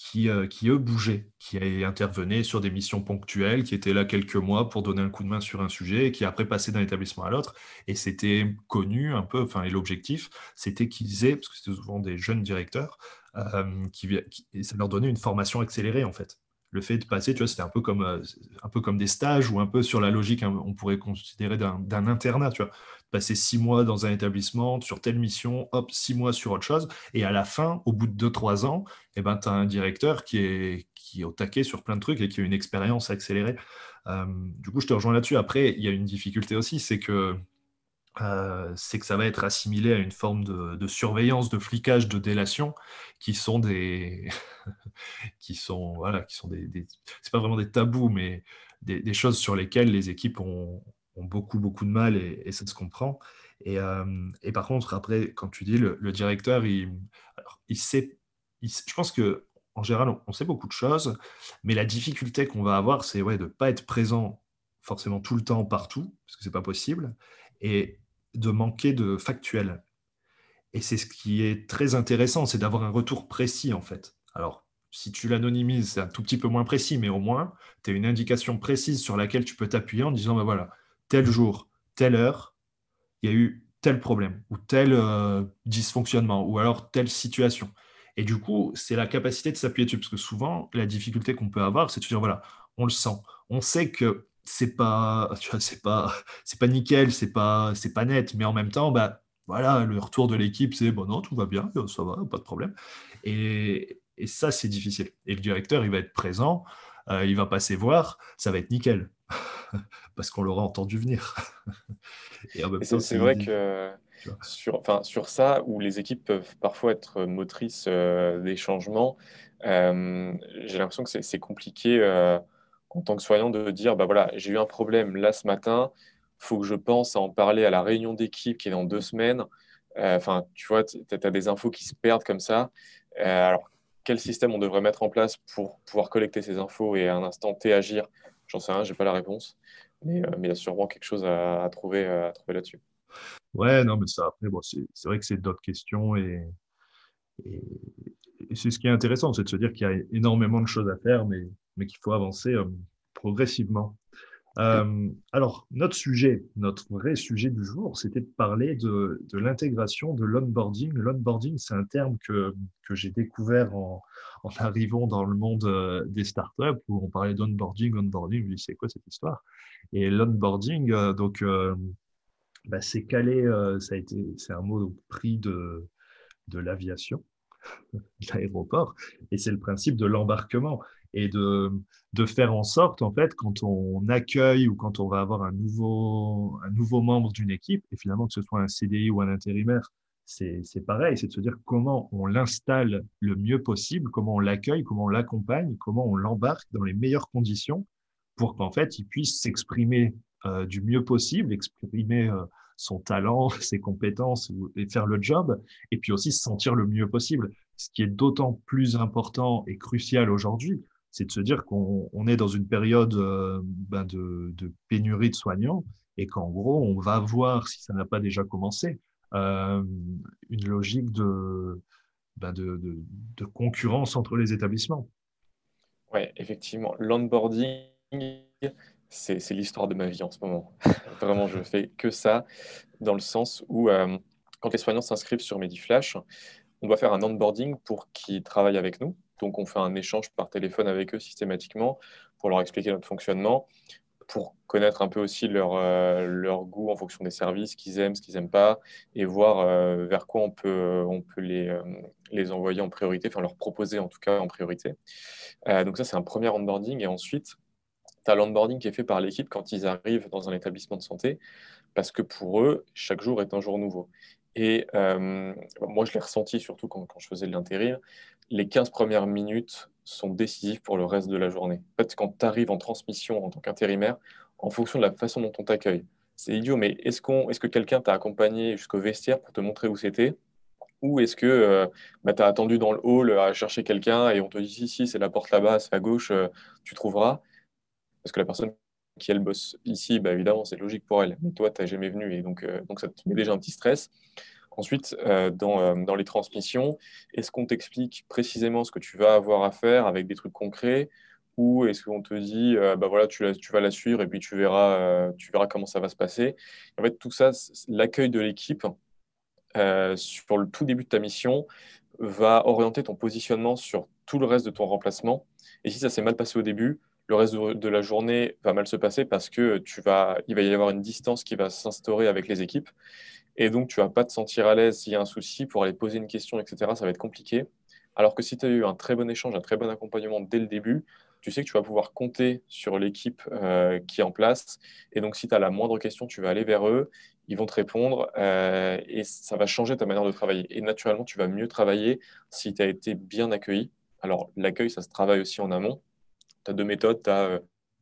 qui, euh, qui, eux, bougeaient, qui intervenaient sur des missions ponctuelles, qui étaient là quelques mois pour donner un coup de main sur un sujet, et qui après passaient d'un établissement à l'autre. Et c'était connu un peu, enfin, et l'objectif, c'était qu'ils aient, parce que c'était souvent des jeunes directeurs, euh, qui, qui, et ça leur donnait une formation accélérée, en fait. Le fait de passer, tu vois, c'était un peu comme, euh, un peu comme des stages, ou un peu sur la logique, hein, on pourrait considérer d'un, d'un internat, tu vois. Passer six mois dans un établissement, sur telle mission, hop, six mois sur autre chose, et à la fin, au bout de deux, trois ans, eh ben, tu as un directeur qui est, qui est au taquet sur plein de trucs et qui a une expérience accélérée. Euh, du coup, je te rejoins là-dessus. Après, il y a une difficulté aussi, c'est que, euh, c'est que ça va être assimilé à une forme de, de surveillance, de flicage, de délation, qui sont des, qui sont, voilà, qui sont des, des- c'est pas vraiment des tabous, mais des, des choses sur lesquelles les équipes ont, ont beaucoup, beaucoup de mal et, et ça se comprend. Et, euh, et par contre, après, quand tu dis le, le directeur, il, alors, il sait, il sait- je pense que en général, on, on sait beaucoup de choses, mais la difficulté qu'on va avoir, c'est ouais, de ne pas être présent forcément tout le temps partout, parce que c'est pas possible, et de manquer de factuel. Et c'est ce qui est très intéressant, c'est d'avoir un retour précis en fait. Alors, si tu l'anonymises, c'est un tout petit peu moins précis, mais au moins, tu as une indication précise sur laquelle tu peux t'appuyer en disant, ben voilà, tel jour, telle heure, il y a eu tel problème, ou tel euh, dysfonctionnement, ou alors telle situation. Et du coup, c'est la capacité de s'appuyer dessus, parce que souvent, la difficulté qu'on peut avoir, c'est de se dire, voilà, on le sent. On sait que c'est pas, tu vois, c'est pas, c'est pas nickel, c'est pas, c'est pas net, mais en même temps, bah, voilà, le retour de l'équipe, c'est, bon, non, tout va bien, ça va, pas de problème. Et, et ça, c'est difficile. Et le directeur, il va être présent, euh, il va passer voir, ça va être nickel, parce qu'on l'aura entendu venir. Et en même Et temps, c'est c'est c'est vrai easy, que tu vois. sur, enfin, sur ça, où les équipes peuvent parfois être motrices euh, des changements, euh, j'ai l'impression que c'est c'est compliqué euh, en tant que soignant de dire, bah voilà, j'ai eu un problème là ce matin, faut que je pense à en parler à la réunion d'équipe qui est dans deux semaines. Euh, Enfin, tu vois, tu as des infos qui se perdent comme ça. Euh, alors, quel système on devrait mettre en place pour pouvoir collecter ces infos et à un instant T agir? J'en sais rien, j'ai pas la réponse. Mais, euh, mais il y a sûrement quelque chose à, à trouver, euh, à trouver là-dessus. Ouais, non, mais ça, après, bon, c'est c'est vrai que c'est d'autres questions et, et, et c'est ce qui est intéressant, c'est de se dire qu'il y a énormément de choses à faire, mais, mais qu'il faut avancer euh, progressivement. Euh, alors, notre sujet, notre vrai sujet du jour, c'était de parler de, de l'intégration, de l'onboarding. L'onboarding, c'est un terme que, que j'ai découvert en, en arrivant dans le monde euh, des startups où on parlait d'onboarding, onboarding. Je me dis, c'est quoi cette histoire? Et l'onboarding, euh, donc, euh, bah, c'est calé, euh, ça a été, c'est un mot pris de, de l'aviation, de l'aéroport, et c'est le principe de l'embarquement et de, de faire en sorte, en fait, quand on accueille ou quand on va avoir un nouveau, un nouveau membre d'une équipe, et finalement que ce soit un C D I ou un intérimaire, c'est, c'est pareil, c'est de se dire comment on l'installe le mieux possible, comment on l'accueille, comment on l'accompagne, comment on l'embarque dans les meilleures conditions pour qu'en fait, il puisse s'exprimer euh, du mieux possible, exprimer euh, son talent, ses compétences et faire le job, et puis aussi se sentir le mieux possible. Ce qui est d'autant plus important et crucial aujourd'hui, c'est de se dire qu'on on est dans une période euh, ben de, de pénurie de soignants et qu'en gros, on va voir, si ça n'a pas déjà commencé, euh, une logique de, ben de, de, de concurrence entre les établissements. Ouais, effectivement, l'onboarding, c'est c'est l'histoire de ma vie en ce moment. Vraiment, je fais que ça, dans le sens où euh, quand les soignants s'inscrivent sur Mediflash, on doit faire un onboarding pour qu'ils travaillent avec nous. Donc, on fait un échange par téléphone avec eux systématiquement pour leur expliquer notre fonctionnement, pour connaître un peu aussi leur, euh, leur goût en fonction des services, ce qu'ils aiment, ce qu'ils n'aiment pas, et voir euh, vers quoi on peut, on peut les, euh, les envoyer en priorité, enfin leur proposer en tout cas en priorité. Euh, donc ça, c'est un premier onboarding. Et ensuite, tu as l'onboarding qui est fait par l'équipe quand ils arrivent dans un établissement de santé, parce que pour eux, chaque jour est un jour nouveau. Et euh, moi, je l'ai ressenti surtout quand, quand je faisais de l'intérim, les quinze premières minutes sont décisives pour le reste de la journée. En fait, quand tu arrives en transmission en tant qu'intérimaire, en fonction de la façon dont on t'accueille, c'est idiot, mais est-ce qu'on, est-ce que quelqu'un t'a accompagné jusqu'au vestiaire pour te montrer où c'était? Ou est-ce que euh, bah, tu as attendu dans le hall à chercher quelqu'un et on te dit si, si, c'est la porte là-bas, c'est à gauche, euh, tu trouveras. Parce que la personne qui elle bosse ici, bah, évidemment, c'est logique pour elle. Mais toi, tu n'es jamais venu et donc, euh, donc ça te met déjà un petit stress. Ensuite, euh, dans, euh, dans les transmissions, est-ce qu'on t'explique précisément ce que tu vas avoir à faire avec des trucs concrets ou est-ce qu'on te dit, euh, bah voilà, tu, la- tu vas la suivre et puis tu verras, euh, tu verras comment ça va se passer. En fait, tout ça, c'est- l'accueil de l'équipe euh, sur le tout début de ta mission va orienter ton positionnement sur tout le reste de ton remplacement. Et si ça s'est mal passé au début, le reste de, de la journée va mal se passer parce que tu vas, il va y avoir une distance qui va s'instaurer avec les équipes. Et donc, tu vas pas te sentir à l'aise s'il y a un souci pour aller poser une question, et cetera. Ça va être compliqué. Alors que si tu as eu un très bon échange, un très bon accompagnement dès le début, tu sais que tu vas pouvoir compter sur l'équipe euh, qui est en place. Et donc, si tu as la moindre question, tu vas aller vers eux, ils vont te répondre euh, et ça va changer ta manière de travailler. Et naturellement, tu vas mieux travailler si tu as été bien accueilli. Alors, l'accueil, ça se travaille aussi en amont. Tu as deux méthodes. Tu as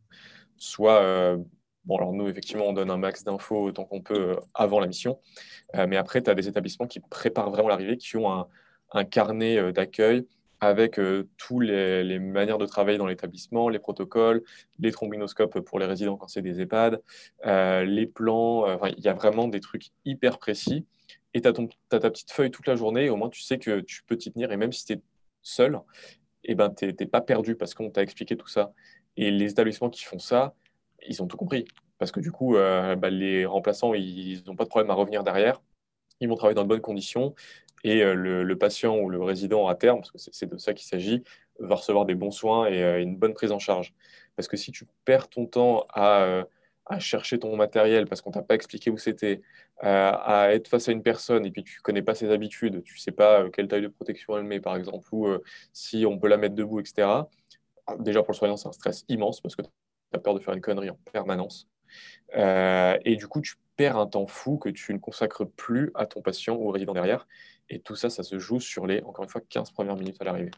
soit, euh, bon, alors nous, effectivement, on donne un max d'infos autant qu'on peut euh, avant la mission. Euh, mais après, tu as des établissements qui préparent vraiment l'arrivée, qui ont un, un carnet euh, d'accueil avec euh, tous les, les manières de travailler dans l'établissement, les protocoles, les trombinoscopes pour les résidents quand c'est des EHPAD, euh, les plans. euh, Enfin, il y a vraiment des trucs hyper précis. Et tu as, ta petite feuille toute la journée. Au moins, tu sais que tu peux t'y tenir. Et même si tu es seul, eh ben, tu n'es pas perdu parce qu'on t'a expliqué tout ça. Et les établissements qui font ça, ils ont tout compris. Parce que du coup, euh, bah, les remplaçants, ils n'ont pas de problème à revenir derrière, ils vont travailler dans de bonnes conditions et euh, le, le patient ou le résident à terme, parce que c'est c'est de ça qu'il s'agit, va recevoir des bons soins et euh, une bonne prise en charge. Parce que si tu perds ton temps à, euh, à chercher ton matériel parce qu'on t'a pas expliqué où c'était, euh, à être face à une personne et puis tu connais pas ses habitudes, tu sais pas euh, quelle taille de protection elle met par exemple, ou euh, si on peut la mettre debout, et cetera. Déjà pour le soignant, c'est un stress immense parce que tu as peur de faire une connerie en permanence. Euh, et du coup, tu perds un temps fou que tu ne consacres plus à ton patient ou au résident derrière. Et tout ça, ça se joue sur les, encore une fois, quinze premières minutes à l'arrivée.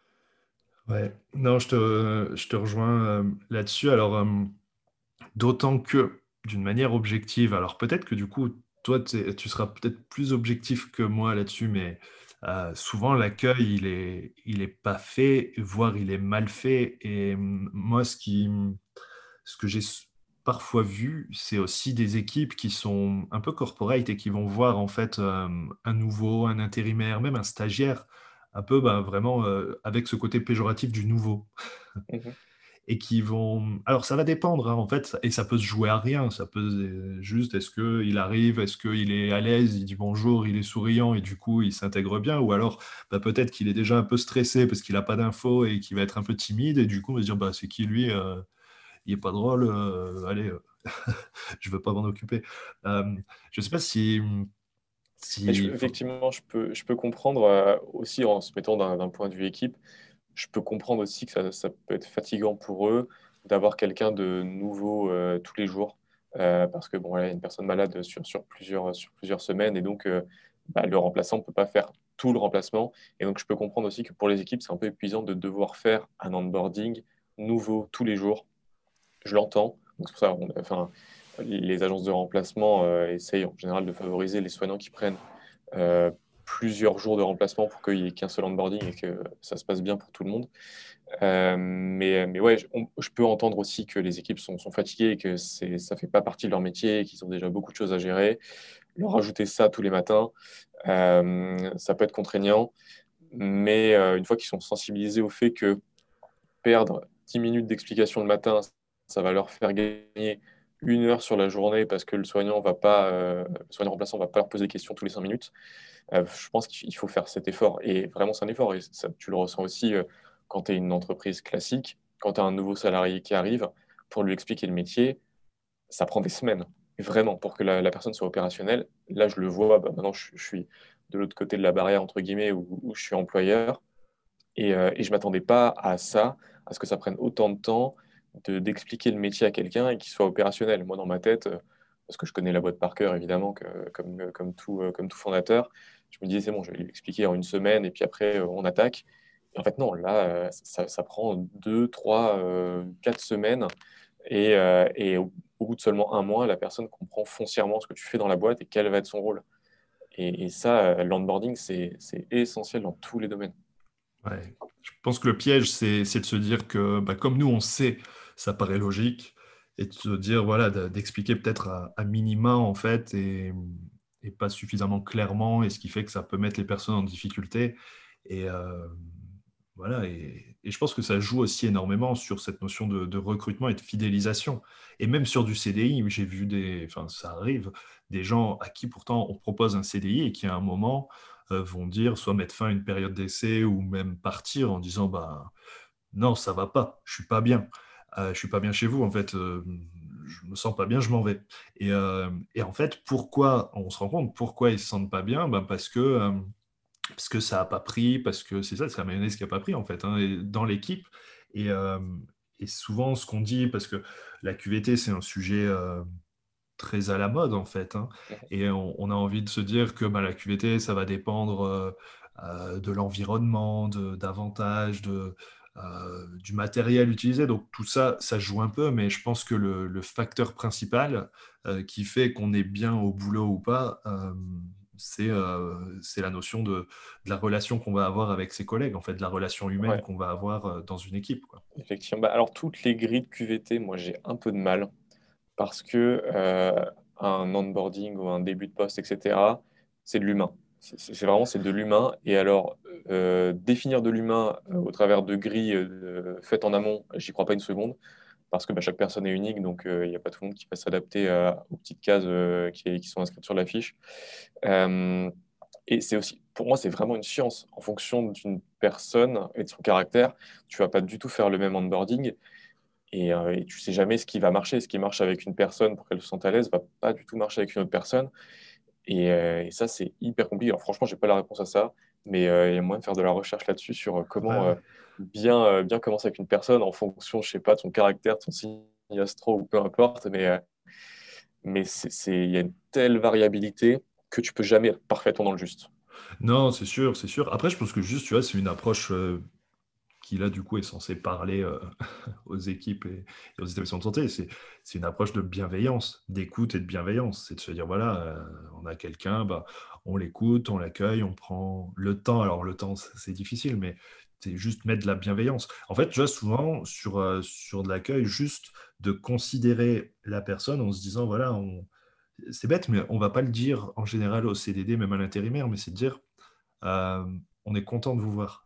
Ouais, non, je te, je te rejoins euh, là-dessus. Alors, euh, d'autant que, d'une manière objective, alors peut-être que du coup, toi, t'es- tu seras peut-être plus objectif que moi là-dessus, mais euh, souvent l'accueil, il est, il est pas fait, voire il est mal fait. Et hum, moi, ce qui, ce que j'ai s- parfois vu, c'est aussi des équipes qui sont un peu corporate et qui vont voir en fait euh, un nouveau, un intérimaire, même un stagiaire, un peu bah, vraiment euh, avec ce côté péjoratif du nouveau Mhm. et qui vont. Alors ça va dépendre hein, en fait, et ça peut se jouer à rien. Ça peut euh, juste, est-ce que il arrive, est-ce qu'il est à l'aise, il dit bonjour, il est souriant et du coup il s'intègre bien, ou alors bah, peut-être qu'il est déjà un peu stressé parce qu'il n'a pas d'infos et qu'il va être un peu timide et du coup on va se dire bah c'est qui lui, euh, il est pas drôle, euh, allez, euh, je veux pas m'en occuper. Euh, je sais pas si Et je- si. effectivement, je peux, je peux comprendre euh, aussi en se mettant d'un d'un point de vue équipe, je peux comprendre aussi que ça, ça peut être fatigant pour eux d'avoir quelqu'un de nouveau euh, tous les jours. Euh, parce que bon, voilà, il y a une personne malade sur, sur plusieurs, sur plusieurs semaines et donc euh, bah, le remplaçant ne peut pas faire tout le remplacement. Et donc je peux comprendre aussi que pour les équipes, c'est un peu épuisant de devoir faire un onboarding nouveau tous les jours. Je l'entends. Donc c'est pour ça, on- enfin, les agences de remplacement euh, essayent en général de favoriser les soignants qui prennent euh, plusieurs jours de remplacement pour qu'il n'y ait qu'un seul onboarding et que ça se passe bien pour tout le monde. Euh, mais, mais ouais, je, on- je peux entendre aussi que les équipes sont, sont fatiguées et que c'est, ça fait pas partie de leur métier et qu'ils ont déjà beaucoup de choses à gérer. Leur rajouter ça tous les matins, euh, ça peut être contraignant. Mais euh, une fois qu'ils sont sensibilisés au fait que perdre dix minutes d'explication le matin, ça va leur faire gagner une heure sur la journée parce que le soignant va pas, euh, le soignant remplaçant va pas leur poser des questions tous les cinq minutes. Euh, je pense qu'il faut faire cet effort. Et vraiment, c'est un effort. Et ça, tu le ressens aussi euh, quand tu es une entreprise classique, quand tu as un nouveau salarié qui arrive, pour lui expliquer le métier, ça prend des semaines. Et vraiment, pour que la, la personne soit opérationnelle, là, je le vois, bah, maintenant, je, je suis de l'autre côté de la barrière, entre guillemets, où, où je suis employeur. Et, euh, et je ne m'attendais pas à ça, à ce que ça prenne autant de temps de, d'expliquer le métier à quelqu'un et qu'il soit opérationnel. Moi, dans ma tête, euh, parce que je connais la boîte par cœur, évidemment, que- comme, euh, comme tout, euh, comme tout fondateur, je me disais, c'est bon, je vais lui expliquer en une semaine et puis après, euh, on attaque. Et en fait, non, là, euh, ça, ça prend deux, trois, euh, quatre semaines. Et, euh, et au, au bout de seulement un mois, la personne comprend foncièrement ce que tu fais dans la boîte et quel va être son rôle. Et, et ça, euh, l'onboarding, c'est, c'est essentiel dans tous les domaines. Ouais. Je pense que le piège, c'est c'est de se dire que, bah, comme nous, on sait, ça paraît logique, et de se dire, voilà, de- d'expliquer peut-être à, à minima, en fait, et, et pas suffisamment clairement, et ce qui fait que ça peut mettre les personnes en difficulté. Et, euh, voilà, et, et je pense que ça joue aussi énormément sur cette notion de, de recrutement et de fidélisation. Et même sur du C D I, j'ai vu des, enfin ça arrive, des gens à qui pourtant on propose un C D I et qui à un moment euh, vont dire soit mettre fin à une période d'essai ou même partir en disant bah non, ça va pas, je suis pas bien. Euh, je suis pas bien chez vous, en fait, euh, je me sens pas bien, je m'en vais. Et, euh, et en fait, pourquoi on se rend compte, pourquoi ils se sentent pas bien? Ben, parce que, euh, parce que ça a pas pris, parce que c'est ça, c'est la mayonnaise qui a pas pris, en fait, hein, et dans l'équipe. Et, euh, et souvent, ce qu'on dit, parce que la Q V T, c'est un sujet euh, très à la mode, en fait, hein, et on, on a envie de se dire que ben, la Q V T, ça va dépendre euh, euh, de l'environnement, de, davantage de, euh, du matériel utilisé. Donc tout ça, ça joue un peu, mais je pense que le, le facteur principal euh, qui fait qu'on est bien au boulot ou pas, euh, c'est euh, c'est la notion de, de la relation qu'on va avoir avec ses collègues, en fait, de la relation humaine Ouais, qu'on va avoir euh, dans une équipe, quoi. effectivement. Bah, alors, toutes les grilles de Q V T, moi, j'ai un peu de mal parce que euh, un onboarding ou un début de poste, et cetera, c'est de l'humain. C'est c'est vraiment c'est de l'humain. Et alors, euh, définir de l'humain euh, au travers de grilles euh, faites en amont, j'y crois pas une seconde. Parce que bah, chaque personne est unique, donc euh, il n'y a pas tout le monde qui va s'adapter euh, aux petites cases euh, qui, qui sont inscrites sur la fiche. Euh, et c'est aussi, pour moi, c'est vraiment une science. En fonction d'une personne et de son caractère, tu vas pas du tout faire le même onboarding et, euh, et tu sais jamais ce qui va marcher. Ce qui marche avec une personne pour qu'elle se sente à l'aise va pas du tout marcher avec une autre personne. Et, euh, et ça, c'est hyper compliqué. Alors franchement, j'ai pas la réponse à ça, mais euh, il y a moyen de faire de la recherche là-dessus sur euh, Ouais, comment ouais. euh, bien, euh, bien commencer avec une personne en fonction, je sais pas, de son caractère, de son signe astro ou peu importe. Mais, euh, mais c'est, c'est- il y a une telle variabilité que tu peux jamais être parfaitement dans le juste. Non, c'est sûr, c'est sûr. Après, je pense que juste, tu vois, c'est une approche euh, qui là du coup est censé parler euh, aux équipes et, et aux établissements de santé, c'est c'est une approche de bienveillance, d'écoute et de bienveillance. C'est de se dire, voilà, euh, on a quelqu'un, bah, on l'écoute, on l'accueille, on prend le temps. Alors le temps, c'est c'est difficile, mais c'est juste mettre de la bienveillance. En fait, tu vois, souvent sur, euh, sur de l'accueil, juste de considérer la personne en se disant, voilà, on... c'est bête, mais on va pas le dire en général au C D D, même à l'intérimaire, mais c'est de dire, euh, on est content de vous voir.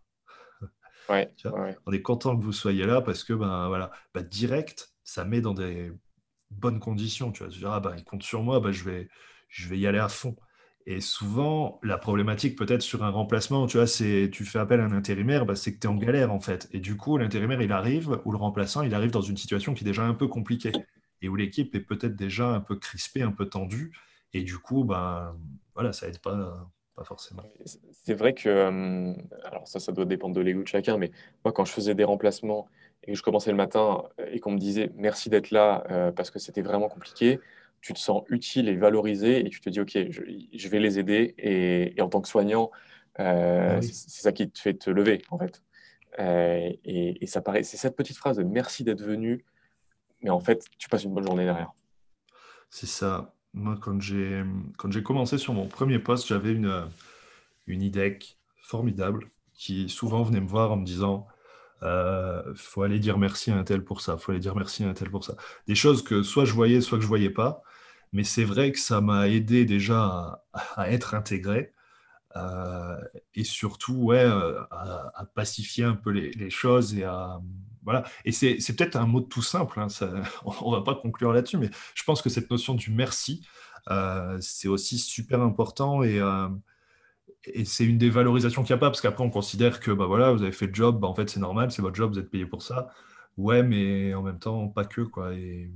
Ouais, Tu vois, ouais, ouais. on est content que vous soyez là parce que ben voilà, bah, direct, ça met dans des bonnes conditions. Tu vois, tu dis, ah, bah, il compte sur moi, bah, je vais, je vais y aller à fond. Et souvent, la problématique peut-être sur un remplacement, tu vois, c'est tu fais appel à un intérimaire, bah, c'est que tu es en galère en fait. Et du coup, l'intérimaire, il arrive, ou le remplaçant, il arrive dans une situation qui est déjà un peu compliquée et où l'équipe est peut-être déjà un peu crispée, un peu tendue. Et du coup, ben voilà, ça aide pas, pas forcément. C'est vrai que, euh, alors ça, ça doit dépendre de l'ego de chacun, mais moi, quand je faisais des remplacements et que je commençais le matin euh, et qu'on me disait merci d'être là euh, parce que c'était vraiment compliqué, tu te sens utile et valorisé et tu te dis, OK, je, je vais les aider. Et, et en tant que soignant, Ah euh, c'est oui, c'est ça qui te fait te lever, en fait. Euh, et, et ça paraît, c'est cette petite phrase de merci d'être venu, mais en fait, tu passes une bonne journée derrière. c'est ça. Moi, quand j'ai quand j'ai commencé sur mon premier poste, j'avais une, une I D E C formidable qui souvent venait me voir en me disant euh, faut aller dire merci à un tel pour ça, faut aller dire merci à un tel pour ça. Des choses que soit je voyais, soit que je voyais pas. Mais c'est vrai que ça m'a aidé déjà à, à être intégré euh, et surtout ouais, euh, à, à pacifier un peu les, les choses et à voilà. Et c'est c'est peut-être un mot tout simple, hein, ça- on va pas conclure là-dessus, mais je pense que cette notion du merci, euh, c'est aussi super important et, euh, et c'est une des valorisations qu'il n'y a pas, parce qu'après on considère que bah voilà, vous avez fait le job, bah, en fait c'est normal, c'est votre job, vous êtes payé pour ça. Ouais, mais en même temps, pas que, quoi. Et,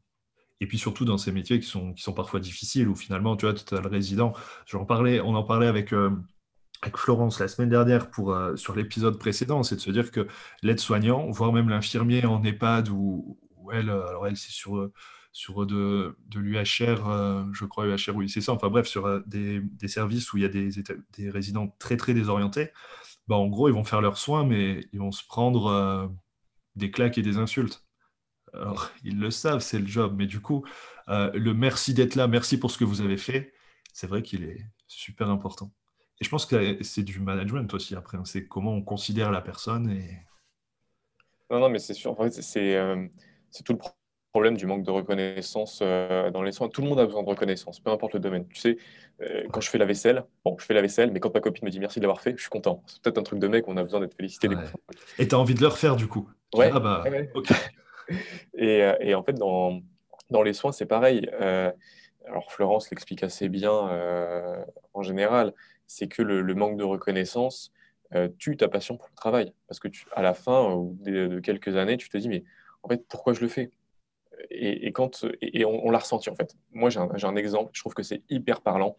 et puis surtout dans ces métiers qui sont, qui sont parfois difficiles, où finalement, tu vois, tu as le résident. J'en parlais, on en parlait avec, euh, avec Florence la semaine dernière pour, euh, sur l'épisode précédent, c'est de se dire que l'aide-soignant, voire même l'infirmier en EHPAD, où, où elle, euh, alors elle, c'est sur, euh, sur de, de l'U H R, euh, je crois U H R, oui, c'est ça, enfin bref, sur euh, des, des services où il y a des, éta- des résidents très, très désorientés, bah, en gros, ils vont faire leurs soins, mais ils vont se prendre euh, des claques et des insultes. Alors, ils le savent, c'est le job, mais du coup, euh, le merci d'être là, merci pour ce que vous avez fait, c'est vrai qu'il est super important. Et je pense que c'est du management aussi après, hein. C'est comment on considère la personne et Non, non, mais c'est sûr. En fait, c'est euh, c'est tout le problème. problème du manque de reconnaissance euh, dans les soins. Tout le monde a besoin de reconnaissance, peu importe le domaine. Tu sais, euh, quand je fais la vaisselle, bon, je fais la vaisselle, mais quand ma copine me dit merci de l'avoir fait, je suis content. C'est peut-être un truc de mec, on a besoin d'être félicité des Ouais. fois. Et tu as envie de le refaire du coup. Tu dis, ah Ouais, ouais, bah, ouais. ok. Et, euh, et en fait, dans, dans les soins, c'est pareil. Euh, alors, Florence l'explique assez bien euh, en général, c'est que le, le manque de reconnaissance euh, tue ta passion pour le travail. Parce que tu, à la fin, au bout de, de quelques années, tu te dis, mais en fait, pourquoi je le fais? Et, et quand, et, et on, on l'a ressenti en fait. Moi, j'ai un, j'ai un exemple, je trouve que c'est hyper parlant.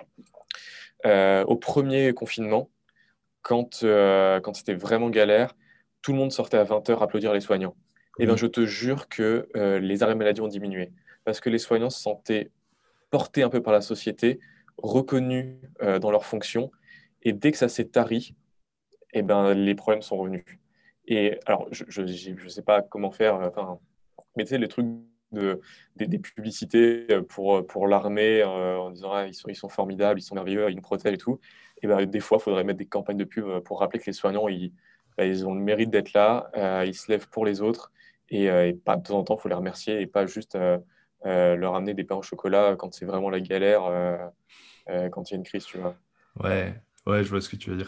Euh, au premier confinement, quand, euh, quand c'était vraiment galère, tout le monde sortait à vingt heures applaudir les soignants. Et bien, Oui. je te jure que euh, les arrêts maladie ont diminué. Parce que les soignants se sentaient portés un peu par la société, reconnus euh, dans leurs fonctions. Et dès que ça s'est tari, et ben, les problèmes sont revenus. Et alors, je ne sais pas comment faire, euh, enfin, mais tu sais, les trucs de, des, des publicités pour, pour l'armée euh, en disant ah, ils sont, ils sont formidables, ils sont merveilleux, ils nous protègent et tout. Et ben, des fois, il faudrait mettre des campagnes de pub pour rappeler que les soignants, ils, ben, ils ont le mérite d'être là, euh, ils se lèvent pour les autres. Et, euh, et pas de temps en temps, il faut les remercier et pas juste euh, euh, leur amener des pains au chocolat quand c'est vraiment la galère, euh, euh, quand il y a une crise, tu vois. Ouais, ouais, je vois ce que tu veux dire.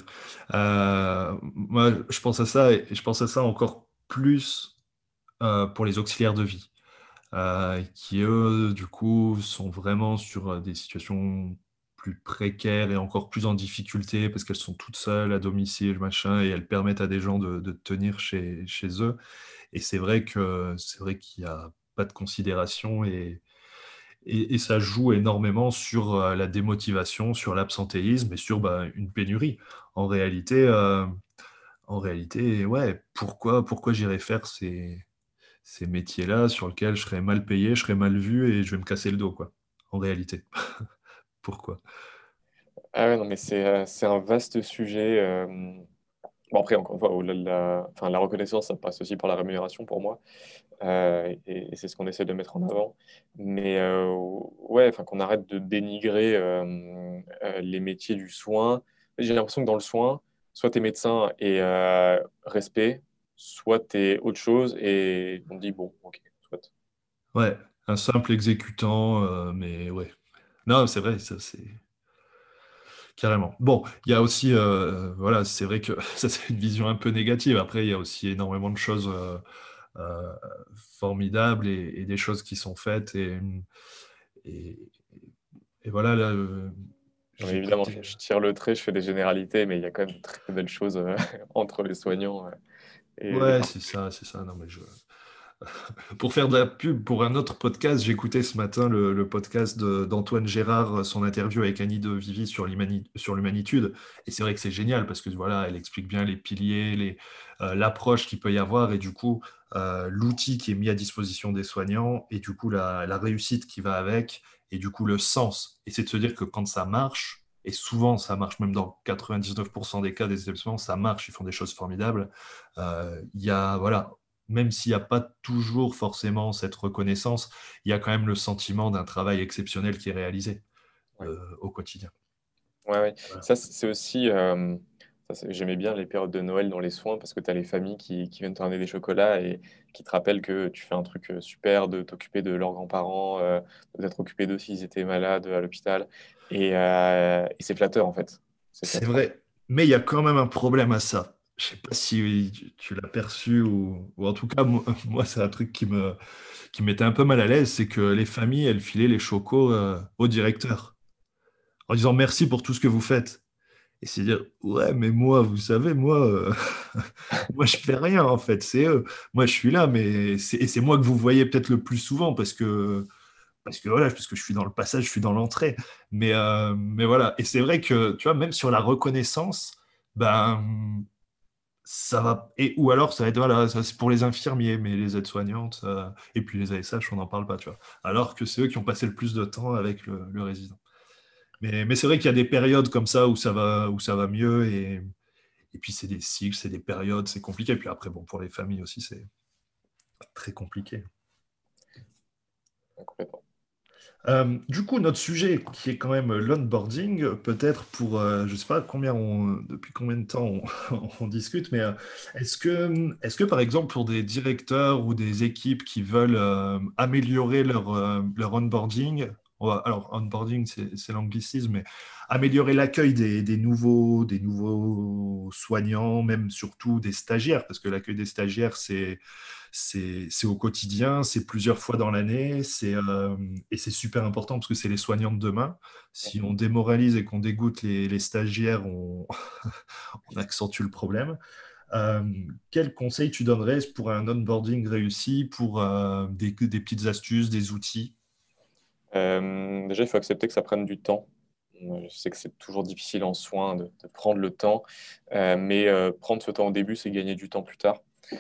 Euh, moi, je pense à ça et je pense à ça encore plus euh, pour les auxiliaires de vie, euh, qui eux, du coup, sont vraiment sur euh, des situations plus précaires et encore plus en difficulté parce qu'elles sont toutes seules à domicile, machin, et elles permettent à des gens de, de tenir chez, chez eux. Et c'est vrai que c'est vrai qu'il n'y a pas de considération et, et, et ça joue énormément sur euh, la démotivation, sur l'absentéisme et sur bah, une pénurie. En réalité, euh, en réalité, ouais, pourquoi, pourquoi j'irais faire ces, ces métiers-là sur lesquels je serais mal payé, je serais mal vu et je vais me casser le dos, quoi. En réalité. Pourquoi? Ah ouais, non, mais c'est euh, c'est un vaste sujet. euh, Bon, après, encore une fois, au-delà de la, enfin, la reconnaissance, ça passe aussi par la rémunération pour moi. Euh, et, et c'est ce qu'on essaie de mettre en avant. Mais euh, ouais, enfin, qu'on arrête de dénigrer euh, euh, les métiers du soin. J'ai l'impression que dans le soin, soit tu es médecin et euh, respect, soit tu es autre chose et on dit bon, ok, soit. Ouais, un simple exécutant, euh, mais ouais. Non, c'est vrai, ça c'est carrément. Bon, il y a aussi, euh, voilà, c'est vrai que ça c'est une vision un peu négative. Après, il y a aussi énormément de choses euh, euh, formidables et, et des choses qui sont faites. Et, et, et voilà, là, euh, Non, mais évidemment, j'écoutais. je, je tire le trait, je fais des généralités, mais il y a quand même de très belles choses euh, entre les soignants euh, et les Ouais, c'est particuliers. ça, c'est ça. Non, mais je, pour faire de la pub pour un autre podcast, j'écoutais ce matin le, le podcast de- d'Antoine Gérard, son interview avec Annie de Vivi sur l'humani- sur l'humanitude. Et c'est vrai que c'est génial parce que voilà, elle explique bien les piliers, les, euh, l'approche qu'il peut y avoir et du coup euh, l'outil qui est mis à disposition des soignants et du coup la, la réussite qui va avec et du coup le sens. Et c'est de se dire que quand ça marche, et souvent ça marche même dans quatre-vingt-dix-neuf pour cent des cas des établissements, ça marche, ils font des choses formidables. Euh, Il y a voilà même s'il n'y a pas toujours forcément cette reconnaissance, il y a quand même le sentiment d'un travail exceptionnel qui est réalisé Ouais. euh, au quotidien. Ouais, ouais. Voilà. Ça, c'est aussi. euh, ça, c'est- j'aimais bien les périodes de Noël dans les soins parce que tu as les familles qui, qui viennent te ramener des chocolats et qui te rappellent que tu fais un truc euh, super de t'occuper de leurs grands-parents, euh, de t'être occupé d'eux s'ils étaient malades à l'hôpital. Et, euh, et c'est flatteur, en fait. C'est C'est flatteur. vrai, mais il y a quand même un problème à ça. Je sais pas si tu, tu l'as perçu ou, ou en tout cas, moi, moi, c'est un truc qui me, qui m'était un peu mal à l'aise, c'est que les familles, elles filaient les chocos euh, au directeur en disant merci pour tout ce que vous faites. Et c'est dire, ouais, mais moi, vous savez, moi, euh, moi, je fais rien en fait, c'est eux. Moi, je suis là, mais c'est, et c'est moi que vous voyez peut-être le plus souvent parce que, parce que voilà, parce que je suis dans le passage, je suis dans l'entrée. Mais, euh, mais voilà, et c'est vrai que, tu vois, même sur la reconnaissance, ben, ça va, et, ou alors ça va être, voilà, ça, c'est pour les infirmiers, mais les aides-soignantes, euh, et puis les A S H, on n'en parle pas, tu vois. Alors que c'est eux qui ont passé le plus de temps avec le, le résident. Mais, mais c'est vrai qu'il y a des périodes comme ça où ça va, où ça va mieux et, et puis c'est des cycles, c'est des périodes, c'est compliqué. Et puis après, bon, pour les familles aussi, c'est très compliqué. Ouais, complètement. Euh, du coup, notre sujet qui est quand même l'onboarding, peut-être pour, euh, je ne sais pas combien on, depuis combien de temps on, on discute, mais euh, est-ce que, est-ce que par exemple pour des directeurs ou des équipes qui veulent euh, améliorer leur, euh, leur onboarding, on va- alors onboarding c'est c'est l'anglicisme, mais améliorer l'accueil des, des nouveaux, des nouveaux soignants, même surtout des stagiaires, parce que l'accueil des stagiaires c'est c'est c'est au quotidien, c'est plusieurs fois dans l'année, c'est euh, et c'est super important parce que c'est les soignants de demain. Si on démoralise et qu'on dégoûte les, les stagiaires, on, on accentue le problème. Euh, quel conseil tu donnerais pour un onboarding réussi, pour euh, des, des petites astuces, des outils? Euh, déjà, il faut accepter que ça prenne du temps. Euh, Je sais que c'est toujours difficile en soins de, de prendre le temps, euh, mais euh, prendre ce temps au début, c'est gagner du temps plus tard.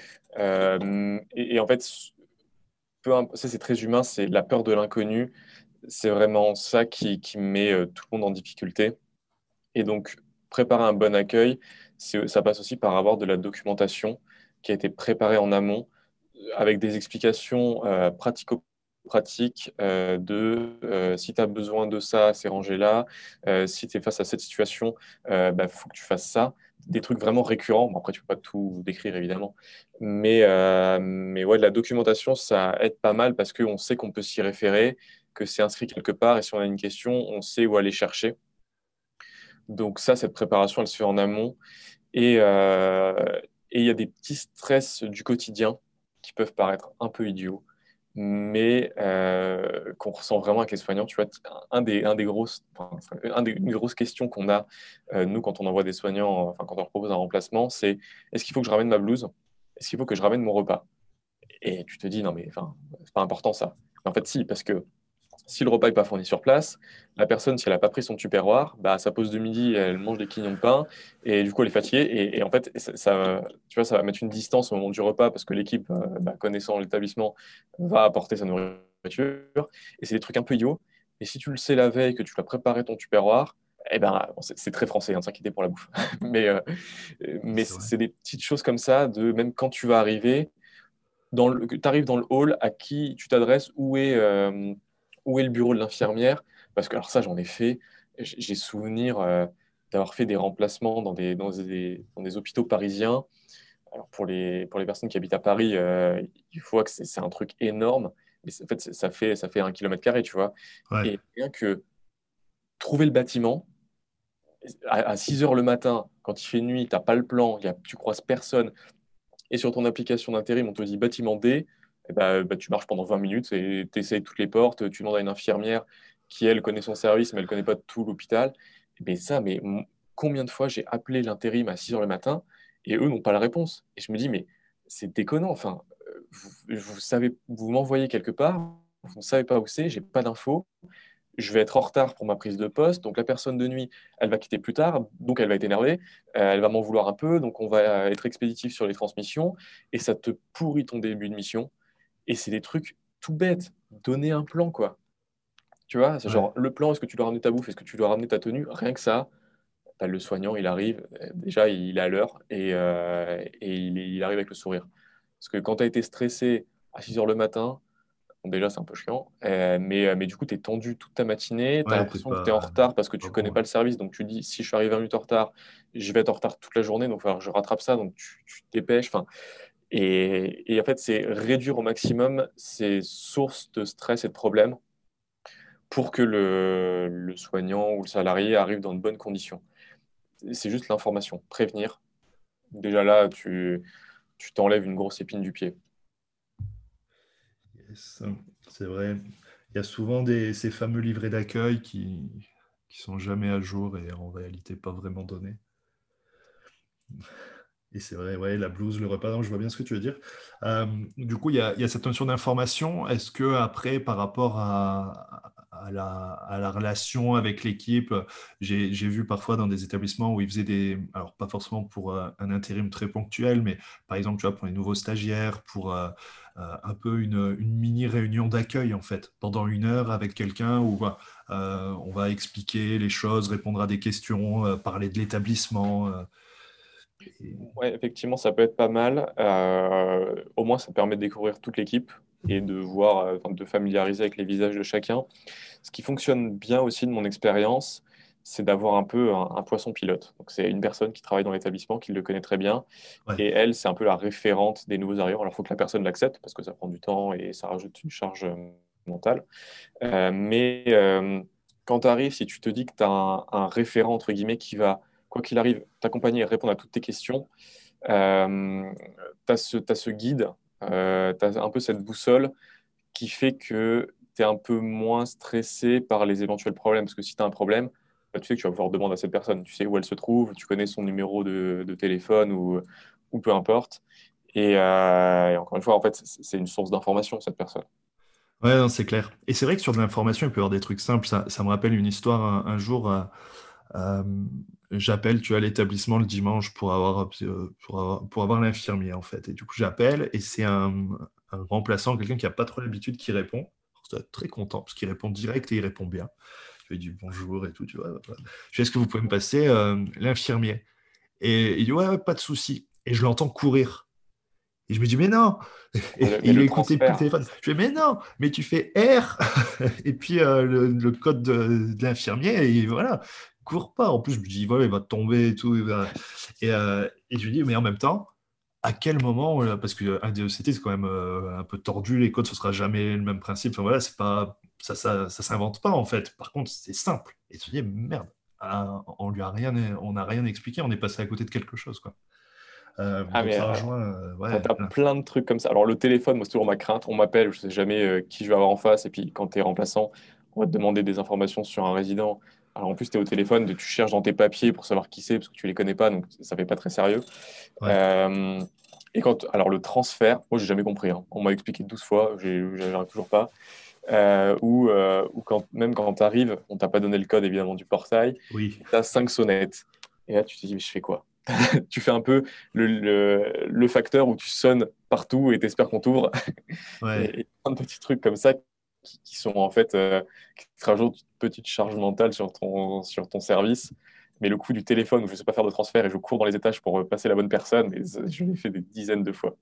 Euh, et, et en fait, peu imp- ça c'est très humain, c'est la peur de l'inconnu. C'est vraiment ça qui, qui met euh, tout le monde en difficulté. Et donc, préparer un bon accueil, c'est- ça passe aussi par avoir de la documentation qui a été préparée en amont, euh, avec des explications euh, pratico-pratiques euh, de euh, si tu as besoin de ça, c'est rangé là. Euh, si tu es face à cette situation, il bah, faut que tu fasses ça. Des trucs vraiment récurrents. Bon, après, tu peux pas tout décrire, évidemment. Mais, euh, mais ouais, de la documentation, ça aide pas mal parce qu'on sait qu'on peut s'y référer, que c'est inscrit quelque part et si on a une question, on sait où aller chercher. Donc ça, cette préparation, elle se fait en amont. Et euh, et il y a des petits stress du quotidien qui peuvent paraître un peu idiots, mais euh, qu'on ressent vraiment avec les soignants. Tu vois, un des, un des grosses, enfin, un des, une grosse question qu'on a, euh, nous, quand on envoie des soignants, enfin, quand on leur propose un remplacement, c'est est-ce qu'il faut que je ramène ma blouse? Est-ce qu'il faut que je ramène mon repas? Et tu te dis, non, mais enfin, c'est pas important ça. Mais en fait, si, parce que si le repas n'est pas fourni sur place, la personne, si elle n'a pas pris son tupperware, bah, à sa pause de midi, elle mange des quignons de pain et du coup, elle est fatiguée. Et, et en fait, ça, ça- tu vois, ça va mettre une distance au moment du repas parce que l'équipe, euh, bah, connaissant l'établissement, va apporter sa nourriture. Et c'est des trucs un peu idiots. Et si tu le sais la veille, que tu as préparé ton tupperware, eh ben, bon, c'est c'est très français, hein, de s'inquiéter pour la bouffe. Mais, euh, Oui, mais c'est vrai. c'est des petites choses comme ça, de même quand tu vas arriver, dans le, tu arrives dans le hall, à qui tu t'adresses, où est, euh, où est le bureau de l'infirmière? Parce que, alors ça, j'en ai fait. J- J'ai souvenir euh, d'avoir fait des remplacements dans des, dans des, dans des hôpitaux parisiens. Alors pour les, pour les personnes qui habitent à Paris, euh, il faut que c'est c'est un truc énorme. Mais c'est- en fait, c'est- ça fait, ça fait un kilomètre carré, tu vois. Ouais. Et rien que trouver le bâtiment, à, à six heures le matin, quand il fait nuit, tu n'as pas le plan, y a, tu croises personne, et sur ton application d'intérim, on te dit bâtiment D, eh ben, bah, tu marches pendant vingt minutes et tu essayes toutes les portes, tu demandes à une infirmière qui, elle, connaît son service, mais elle ne connaît pas tout l'hôpital. Mais ça, mais m- combien de fois j'ai appelé l'intérim à six heures le matin et eux n'ont pas la réponse. Et je me dis, mais c'est déconnant. Enfin, euh, vous, vous savez, vous m'envoyez quelque part, vous ne savez pas où c'est, j'ai pas d'infos, je vais être en retard pour ma prise de poste. Donc la personne de nuit, elle va quitter plus tard, donc elle va être énervée, euh, elle va m'en vouloir un peu, donc on va être expéditif sur les transmissions, et ça te pourrit ton début de mission. Et c'est des trucs tout bêtes. Donner un plan, quoi. Tu vois, c'est Ouais. genre le plan, est-ce que tu dois ramener ta bouffe, est-ce que tu dois ramener ta tenue? Rien que ça, bah, le soignant, il arrive, euh, déjà, il est à l'heure, et, euh, et il, il arrive avec le sourire. Parce que quand tu as été stressé à six heures le matin, bon, déjà, c'est un peu chiant, euh, mais, euh, mais du coup, tu es tendu toute ta matinée, tu as Ouais, t'es l'impression que tu es en pas, retard parce que pas tu connais bon. pas le service, donc tu dis, si je suis arrivé vingt minutes en retard, je vais être en retard toute la journée, donc il va falloir que je rattrape ça, donc tu, tu te dépêches. Enfin, et, et en fait, c'est réduire au maximum ces sources de stress et de problèmes pour que le, le soignant ou le salarié arrive dans de bonnes conditions. C'est juste l'information, prévenir. Déjà là, tu tu t'enlèves une grosse épine du pied. Yes, c'est vrai. Il y a souvent des, ces fameux livrets d'accueil qui qui sont jamais à jour et en réalité pas vraiment donnés. Et c'est vrai, ouais, la blouse, le repas, non, je vois bien ce que tu veux dire. Euh, du coup, il y a, il y a cette notion d'information. Est-ce que après, par rapport à, à la, à la relation avec l'équipe, j'ai, j'ai vu parfois dans des établissements où ils faisaient des, alors pas forcément pour euh, un intérim très ponctuel, mais par exemple, tu vois, pour les nouveaux stagiaires, pour euh, euh, un peu une, une mini réunion d'accueil en fait, pendant une heure avec quelqu'un où voilà, euh, on va expliquer les choses, répondre à des questions, euh, parler de l'établissement. euh, Et- Ouais, effectivement, ça peut être pas mal. Euh, au moins, ça permet de découvrir toute l'équipe et de voir, euh, enfin, de familiariser avec les visages de chacun. Ce qui fonctionne bien aussi de mon expérience, c'est d'avoir un peu un, un poisson pilote. Donc, c'est une personne qui travaille dans l'établissement, qui le connaît très bien. Ouais, Et elle, c'est un peu la référente des nouveaux arrivants. Alors, il faut que la personne l'accepte parce que ça prend du temps et ça rajoute une charge euh, mentale. Euh, mais euh, quand tu arrives, si tu te dis que tu as un, un référent, entre guillemets, qui va, quoi qu'il arrive, t'accompagner et répondre à toutes tes questions, euh, tu as ce, t'as ce guide, euh, tu as un peu cette boussole qui fait que tu es un peu moins stressé par les éventuels problèmes. Parce que si tu as un problème, bah, tu sais que tu vas pouvoir demander à cette personne. Tu sais où elle se trouve, tu connais son numéro de, de téléphone ou, ou peu importe. Et, euh, et encore une fois, en fait, c'est c'est une source d'information, cette personne. ouais, non, c'est clair. Et c'est vrai que sur de l'information, il peut y avoir des trucs simples. Ça, ça me rappelle une histoire un, un jour. euh, euh, J'appelle, tu vois, l'établissement le dimanche pour avoir, euh, pour avoir, pour avoir l'infirmier, en fait. Et du coup, j'appelle et c'est un, un remplaçant, quelqu'un qui n'a pas trop l'habitude qui répond. Je suis très content parce qu'il répond direct et il répond bien. Je lui dis bonjour et tout, tu vois. Voilà. Je dis, est-ce que vous pouvez me passer euh, l'infirmier? Et il dit, ouais, ouais, pas de souci. Et je l'entends courir. Et je me dis, mais non! Et, Le- et mais il le écoutait plus le transfert, téléphone. Je fais, mais non! Mais tu fais R! Et puis euh, le, le code de, de l'infirmier, et voilà, cours pas. En plus, je me dis, voilà, il va tomber et tout. Et, voilà. Et, euh, et je lui dis, mais en même temps, à quel moment, euh, parce qu'un D E C T, c'est quand même euh, un peu tordu, les codes, ce sera jamais le même principe. Enfin, voilà, c'est pas, ça, ça, ça s'invente pas, en fait. Par contre, c'est simple. Et tu te dis, merde, ah, on lui a rien, on n'a rien expliqué, on est passé à côté de quelque chose, quoi. Euh, ah donc mais ça alors, rejoint, euh, t'as, ouais, t'as plein de trucs comme ça. Alors le téléphone, moi c'est toujours ma crainte. On m'appelle, je sais jamais euh, qui je vais avoir en face. Et puis quand tu es remplaçant, on va te demander des informations sur un résident. Alors en plus, tu es au téléphone, tu cherches dans tes papiers pour savoir qui c'est, parce que tu les connais pas, donc ça fait pas très sérieux. ouais. Euh, et quand, alors le transfert, moi j'ai jamais compris, hein. On m'a expliqué douze fois, j'ai- j'arrive toujours pas. Euh, ou euh, ou quand, même quand tu arrives, on t'a pas donné le code évidemment du portail, Oui, tu as cinq sonnettes. Et là tu te dis, mais je fais quoi? Tu fais un peu le, le, le facteur où tu sonnes partout et t'espères qu'on t'ouvre. ouais. Et, et plein de petits trucs comme ça qui, qui sont en fait, euh, qui te rajoutent une petite charge mentale sur ton, sur ton service. Mais le coup du téléphone où je ne sais pas faire de transfert et je cours dans les étages pour euh, passer la bonne personne, et ça, je l'ai fait des dizaines de fois.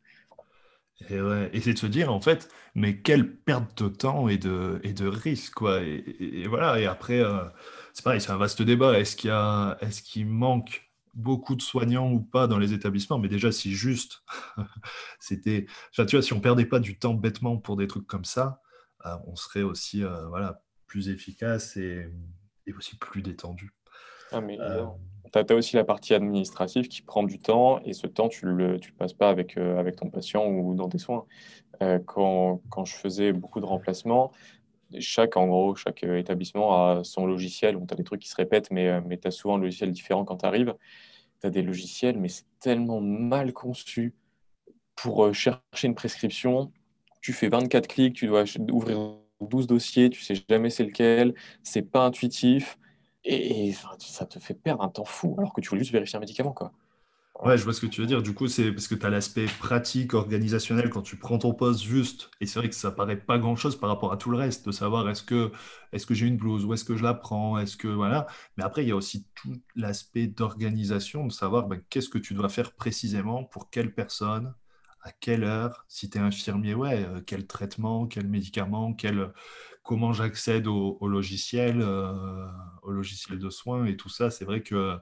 Et, ouais. Et c'est de se dire, en fait, mais quelle perte de temps et de, et de risque, quoi. Et, et- et voilà. Et après, euh, c'est pareil, c'est un vaste débat. Est-ce qu'il y a, est-ce qu'il manque beaucoup de soignants ou pas dans les établissements? Mais déjà, si juste, c'était, enfin, tu vois, si on perdait pas du temps bêtement pour des trucs comme ça, euh, on serait aussi, euh, voilà, plus efficace et, et aussi plus détendu. Ah, mais Euh, évidemment. Tu as aussi la partie administrative qui prend du temps et ce temps, tu le, tu le passes pas avec, euh, avec ton patient ou dans tes soins. Euh, quand, quand je faisais beaucoup de remplacements, chaque, en gros, chaque euh, établissement a son logiciel. Tu as des trucs qui se répètent, mais, euh, mais tu as souvent un logiciel différent quand tu arrives. Tu as des logiciels, mais c'est tellement mal conçu pour euh, chercher une prescription. Tu fais vingt-quatre clics, tu dois ch- ouvrir douze dossiers, tu sais jamais c'est lequel, c'est pas intuitif. Et, et, enfin, ça te fait perdre un temps fou, alors que tu voulais juste vérifier un médicament, quoi. Ouais, Voilà. je vois ce que tu veux dire. Du coup, c'est parce que tu as l'aspect pratique, organisationnel quand tu prends ton poste juste. Et c'est vrai que ça paraît pas grand-chose par rapport à tout le reste, de savoir est-ce que, est-ce que j'ai une blouse, où est-ce que je la prends, est-ce que voilà. Mais après, il y a aussi tout l'aspect d'organisation, de savoir ben, qu'est-ce que tu dois faire précisément pour quelle personne, à quelle heure. Si tu es infirmier, ouais, euh, quel traitement, quel médicament, quel, comment j'accède au, au logiciel, euh, au logiciel de soins et tout ça. C'est vrai que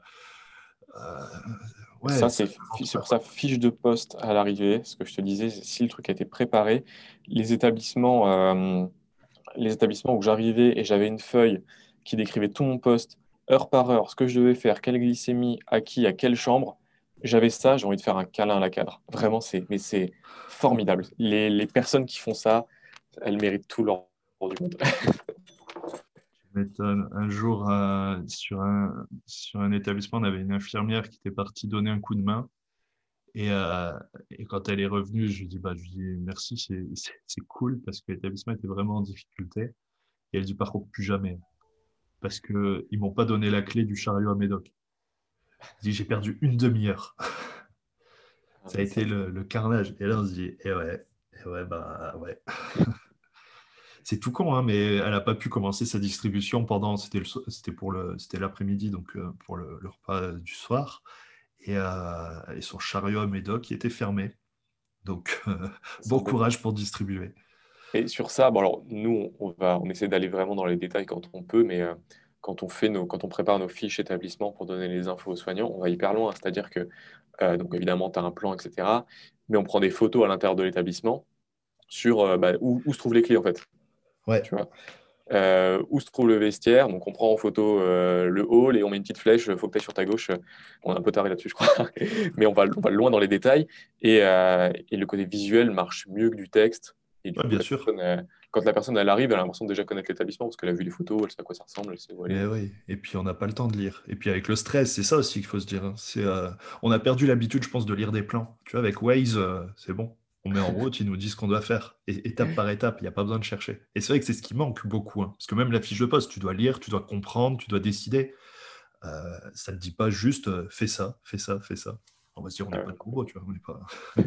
euh, ouais, Ça, ça c'est n'invente c'est pas, pour ça, quoi. fiche de poste à l'arrivée, ce que je te disais, si le truc a été préparé, les établissements, euh, les établissements où j'arrivais et j'avais une feuille qui décrivait tout mon poste, heure par heure, ce que je devais faire, quelle glycémie, à qui, à quelle chambre, j'avais ça, j'ai envie de faire un câlin à la cadre. Vraiment, c'est, mais c'est formidable. Les, les personnes qui font ça, elles méritent tout leur du monde. Tu m'étonnes. Un jour, euh, sur un, sur un établissement, on avait une infirmière qui était partie donner un coup de main. Et, euh, et quand elle est revenue, je lui dis, bah, je lui dis merci, c'est c'est- c'est cool parce que l'établissement était vraiment en difficulté. Et elle dit, par contre, plus jamais. Parce que ils m'ont pas donné la clé du chariot à Médoc. Elle dit, j'ai perdu une demi-heure. Ah, Ça a mais ça, été le, le carnage. Et là, on se dit, eh ouais, eh ouais, bah ouais. C'est tout con, hein, mais elle n'a pas pu commencer sa distribution pendant, c'était le so- c'était pour le, c'était l'après-midi, donc euh, pour le, le repas du soir. et, euh, et son chariot à médoc qui était fermé. Donc, euh, bon courage pour distribuer. Et sur ça, bon alors nous, on, on va, on essaie d'aller vraiment dans les détails quand on peut, mais euh, quand on fait nos, quand on prépare nos fiches établissement pour donner les infos aux soignants, on va hyper loin. C'est-à-dire que, euh, donc évidemment, tu as un plan, et cetera. Mais on prend des photos à l'intérieur de l'établissement sur euh, bah, où, où se trouvent les clés, en fait. Ouais. Tu vois Euh, où se trouve le vestiaire. Donc, on prend en photo euh, le hall et on met une petite flèche. Il faut que tu ailles sur ta gauche. On est un peu taré là-dessus, je crois. Mais on va, on va loin dans les détails. Et, euh, et le côté visuel marche mieux que du texte. Et du Ouais, coup, bien la sûr. personne, euh, quand la personne elle arrive, elle a l'impression de déjà connaître l'établissement parce qu'elle a vu les photos, elle sait à quoi ça ressemble, elle sait où aller. Mais oui, et puis on n'a pas le temps de lire. Et puis avec le stress, c'est ça aussi qu'il faut se dire, hein. C'est, euh, on a perdu l'habitude, je pense, de lire des plans. Tu vois, avec Waze, euh, c'est bon. On met en route, il nous dit ce qu'on doit faire. Et étape par étape, il n'y a pas besoin de chercher. Et c'est vrai que c'est ce qui manque beaucoup, hein. Parce que même la fiche de poste, tu dois lire, tu dois comprendre, tu dois décider. Euh, ça ne te dit pas juste euh, fais ça, fais ça, fais ça. On va se dire, on n'est Ouais, pas de robots, tu vois. On n'est pas.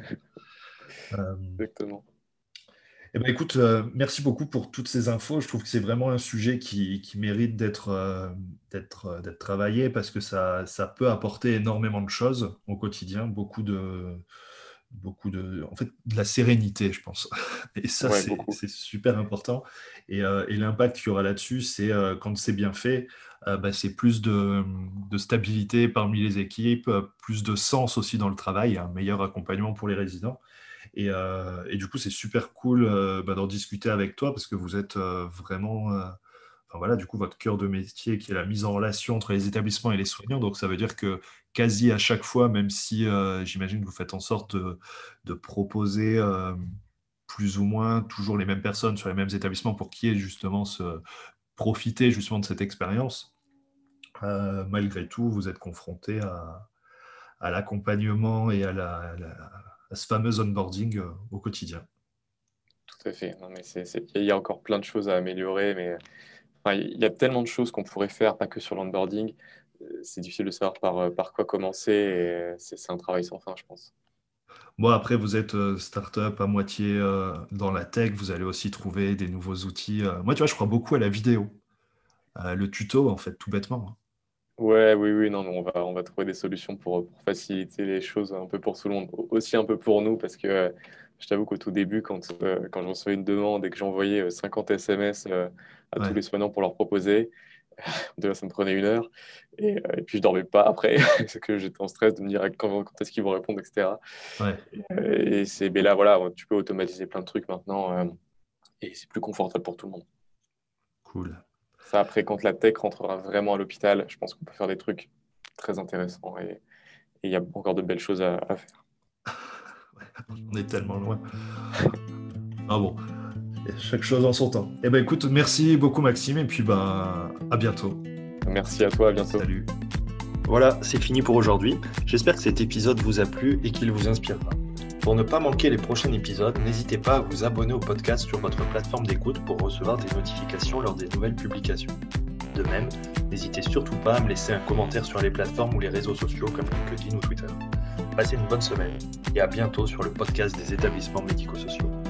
Euh, exactement. Eh ben, écoute, euh, merci beaucoup pour toutes ces infos. Je trouve que c'est vraiment un sujet qui, qui mérite d'être euh, d'être, euh, d'être travaillé parce que ça, ça peut apporter énormément de choses au quotidien, beaucoup de, beaucoup de, en fait, de la sérénité, je pense. Et ça, Ouais, c'est, beaucoup. c'est super important. Et, euh, et l'impact qu'il y aura là-dessus, c'est euh, quand c'est bien fait, euh, bah, c'est plus de, de stabilité parmi les équipes, euh, plus de sens aussi dans le travail, un meilleur accompagnement pour les résidents. Et, euh, et du coup, c'est super cool euh, bah, d'en discuter avec toi parce que vous êtes euh, vraiment, euh, enfin voilà, du coup, votre cœur de métier qui est la mise en relation entre les établissements et les soignants. Donc, ça veut dire que quasi à chaque fois, même si euh, j'imagine que vous faites en sorte de, de proposer euh, plus ou moins toujours les mêmes personnes sur les mêmes établissements pour qui est justement se profiter justement de cette expérience. Euh, malgré tout, vous êtes confronté à, à l'accompagnement et à, la, à la- à ce fameux onboarding euh, au quotidien. Tout à fait. Non, mais c'est, c'est- Il y a encore plein de choses à améliorer, mais enfin, il y a tellement de choses qu'on pourrait faire, pas que sur l'onboarding. Euh, C'est difficile de savoir par, euh, par quoi commencer et euh, c'est c'est un travail sans fin, je pense. Bon, après, vous êtes euh, start-up à moitié euh, dans la tech, vous allez aussi trouver des nouveaux outils. euh. Moi, tu vois, je crois beaucoup à la vidéo, Euh, le tuto, en fait, tout bêtement, hein. Ouais, oui, oui, non, mais on va, on va trouver des solutions pour, pour faciliter les choses un peu pour tout le monde, Au- aussi un peu pour nous, parce que euh, je t'avoue qu'au tout début, quand, euh, quand je recevais une demande et que j'envoyais euh, cinquante S M S euh, à tous Ouais, les soignants pour leur proposer, déjà ça me prenait une heure, et, euh, et puis je dormais pas après, parce que j'étais en stress de me dire quand, quand est-ce qu'ils vont répondre, et cetera. ouais, Euh, Et c'est, mais là, voilà, tu peux automatiser plein de trucs maintenant, euh, et c'est plus confortable pour tout le monde. cool. Ça, après, quand la tech rentrera vraiment à l'hôpital, je pense qu'on peut faire des trucs très intéressants, et et il y a encore de belles choses à, à faire. On est tellement loin. Ah bon, chaque chose en son temps. Eh ben, écoute, merci beaucoup, Maxime, et puis bah, à bientôt. Merci à toi, à bientôt. Salut. Voilà, c'est fini pour aujourd'hui. J'espère que cet épisode vous a plu et qu'il vous inspirera. Pour ne pas manquer les prochains épisodes, n'hésitez pas à vous abonner au podcast sur votre plateforme d'écoute pour recevoir des notifications lors des nouvelles publications. De même, n'hésitez surtout pas à me laisser un commentaire sur les plateformes ou les réseaux sociaux comme LinkedIn ou Twitter. Passez une bonne semaine et à bientôt sur le podcast des établissements médico-sociaux.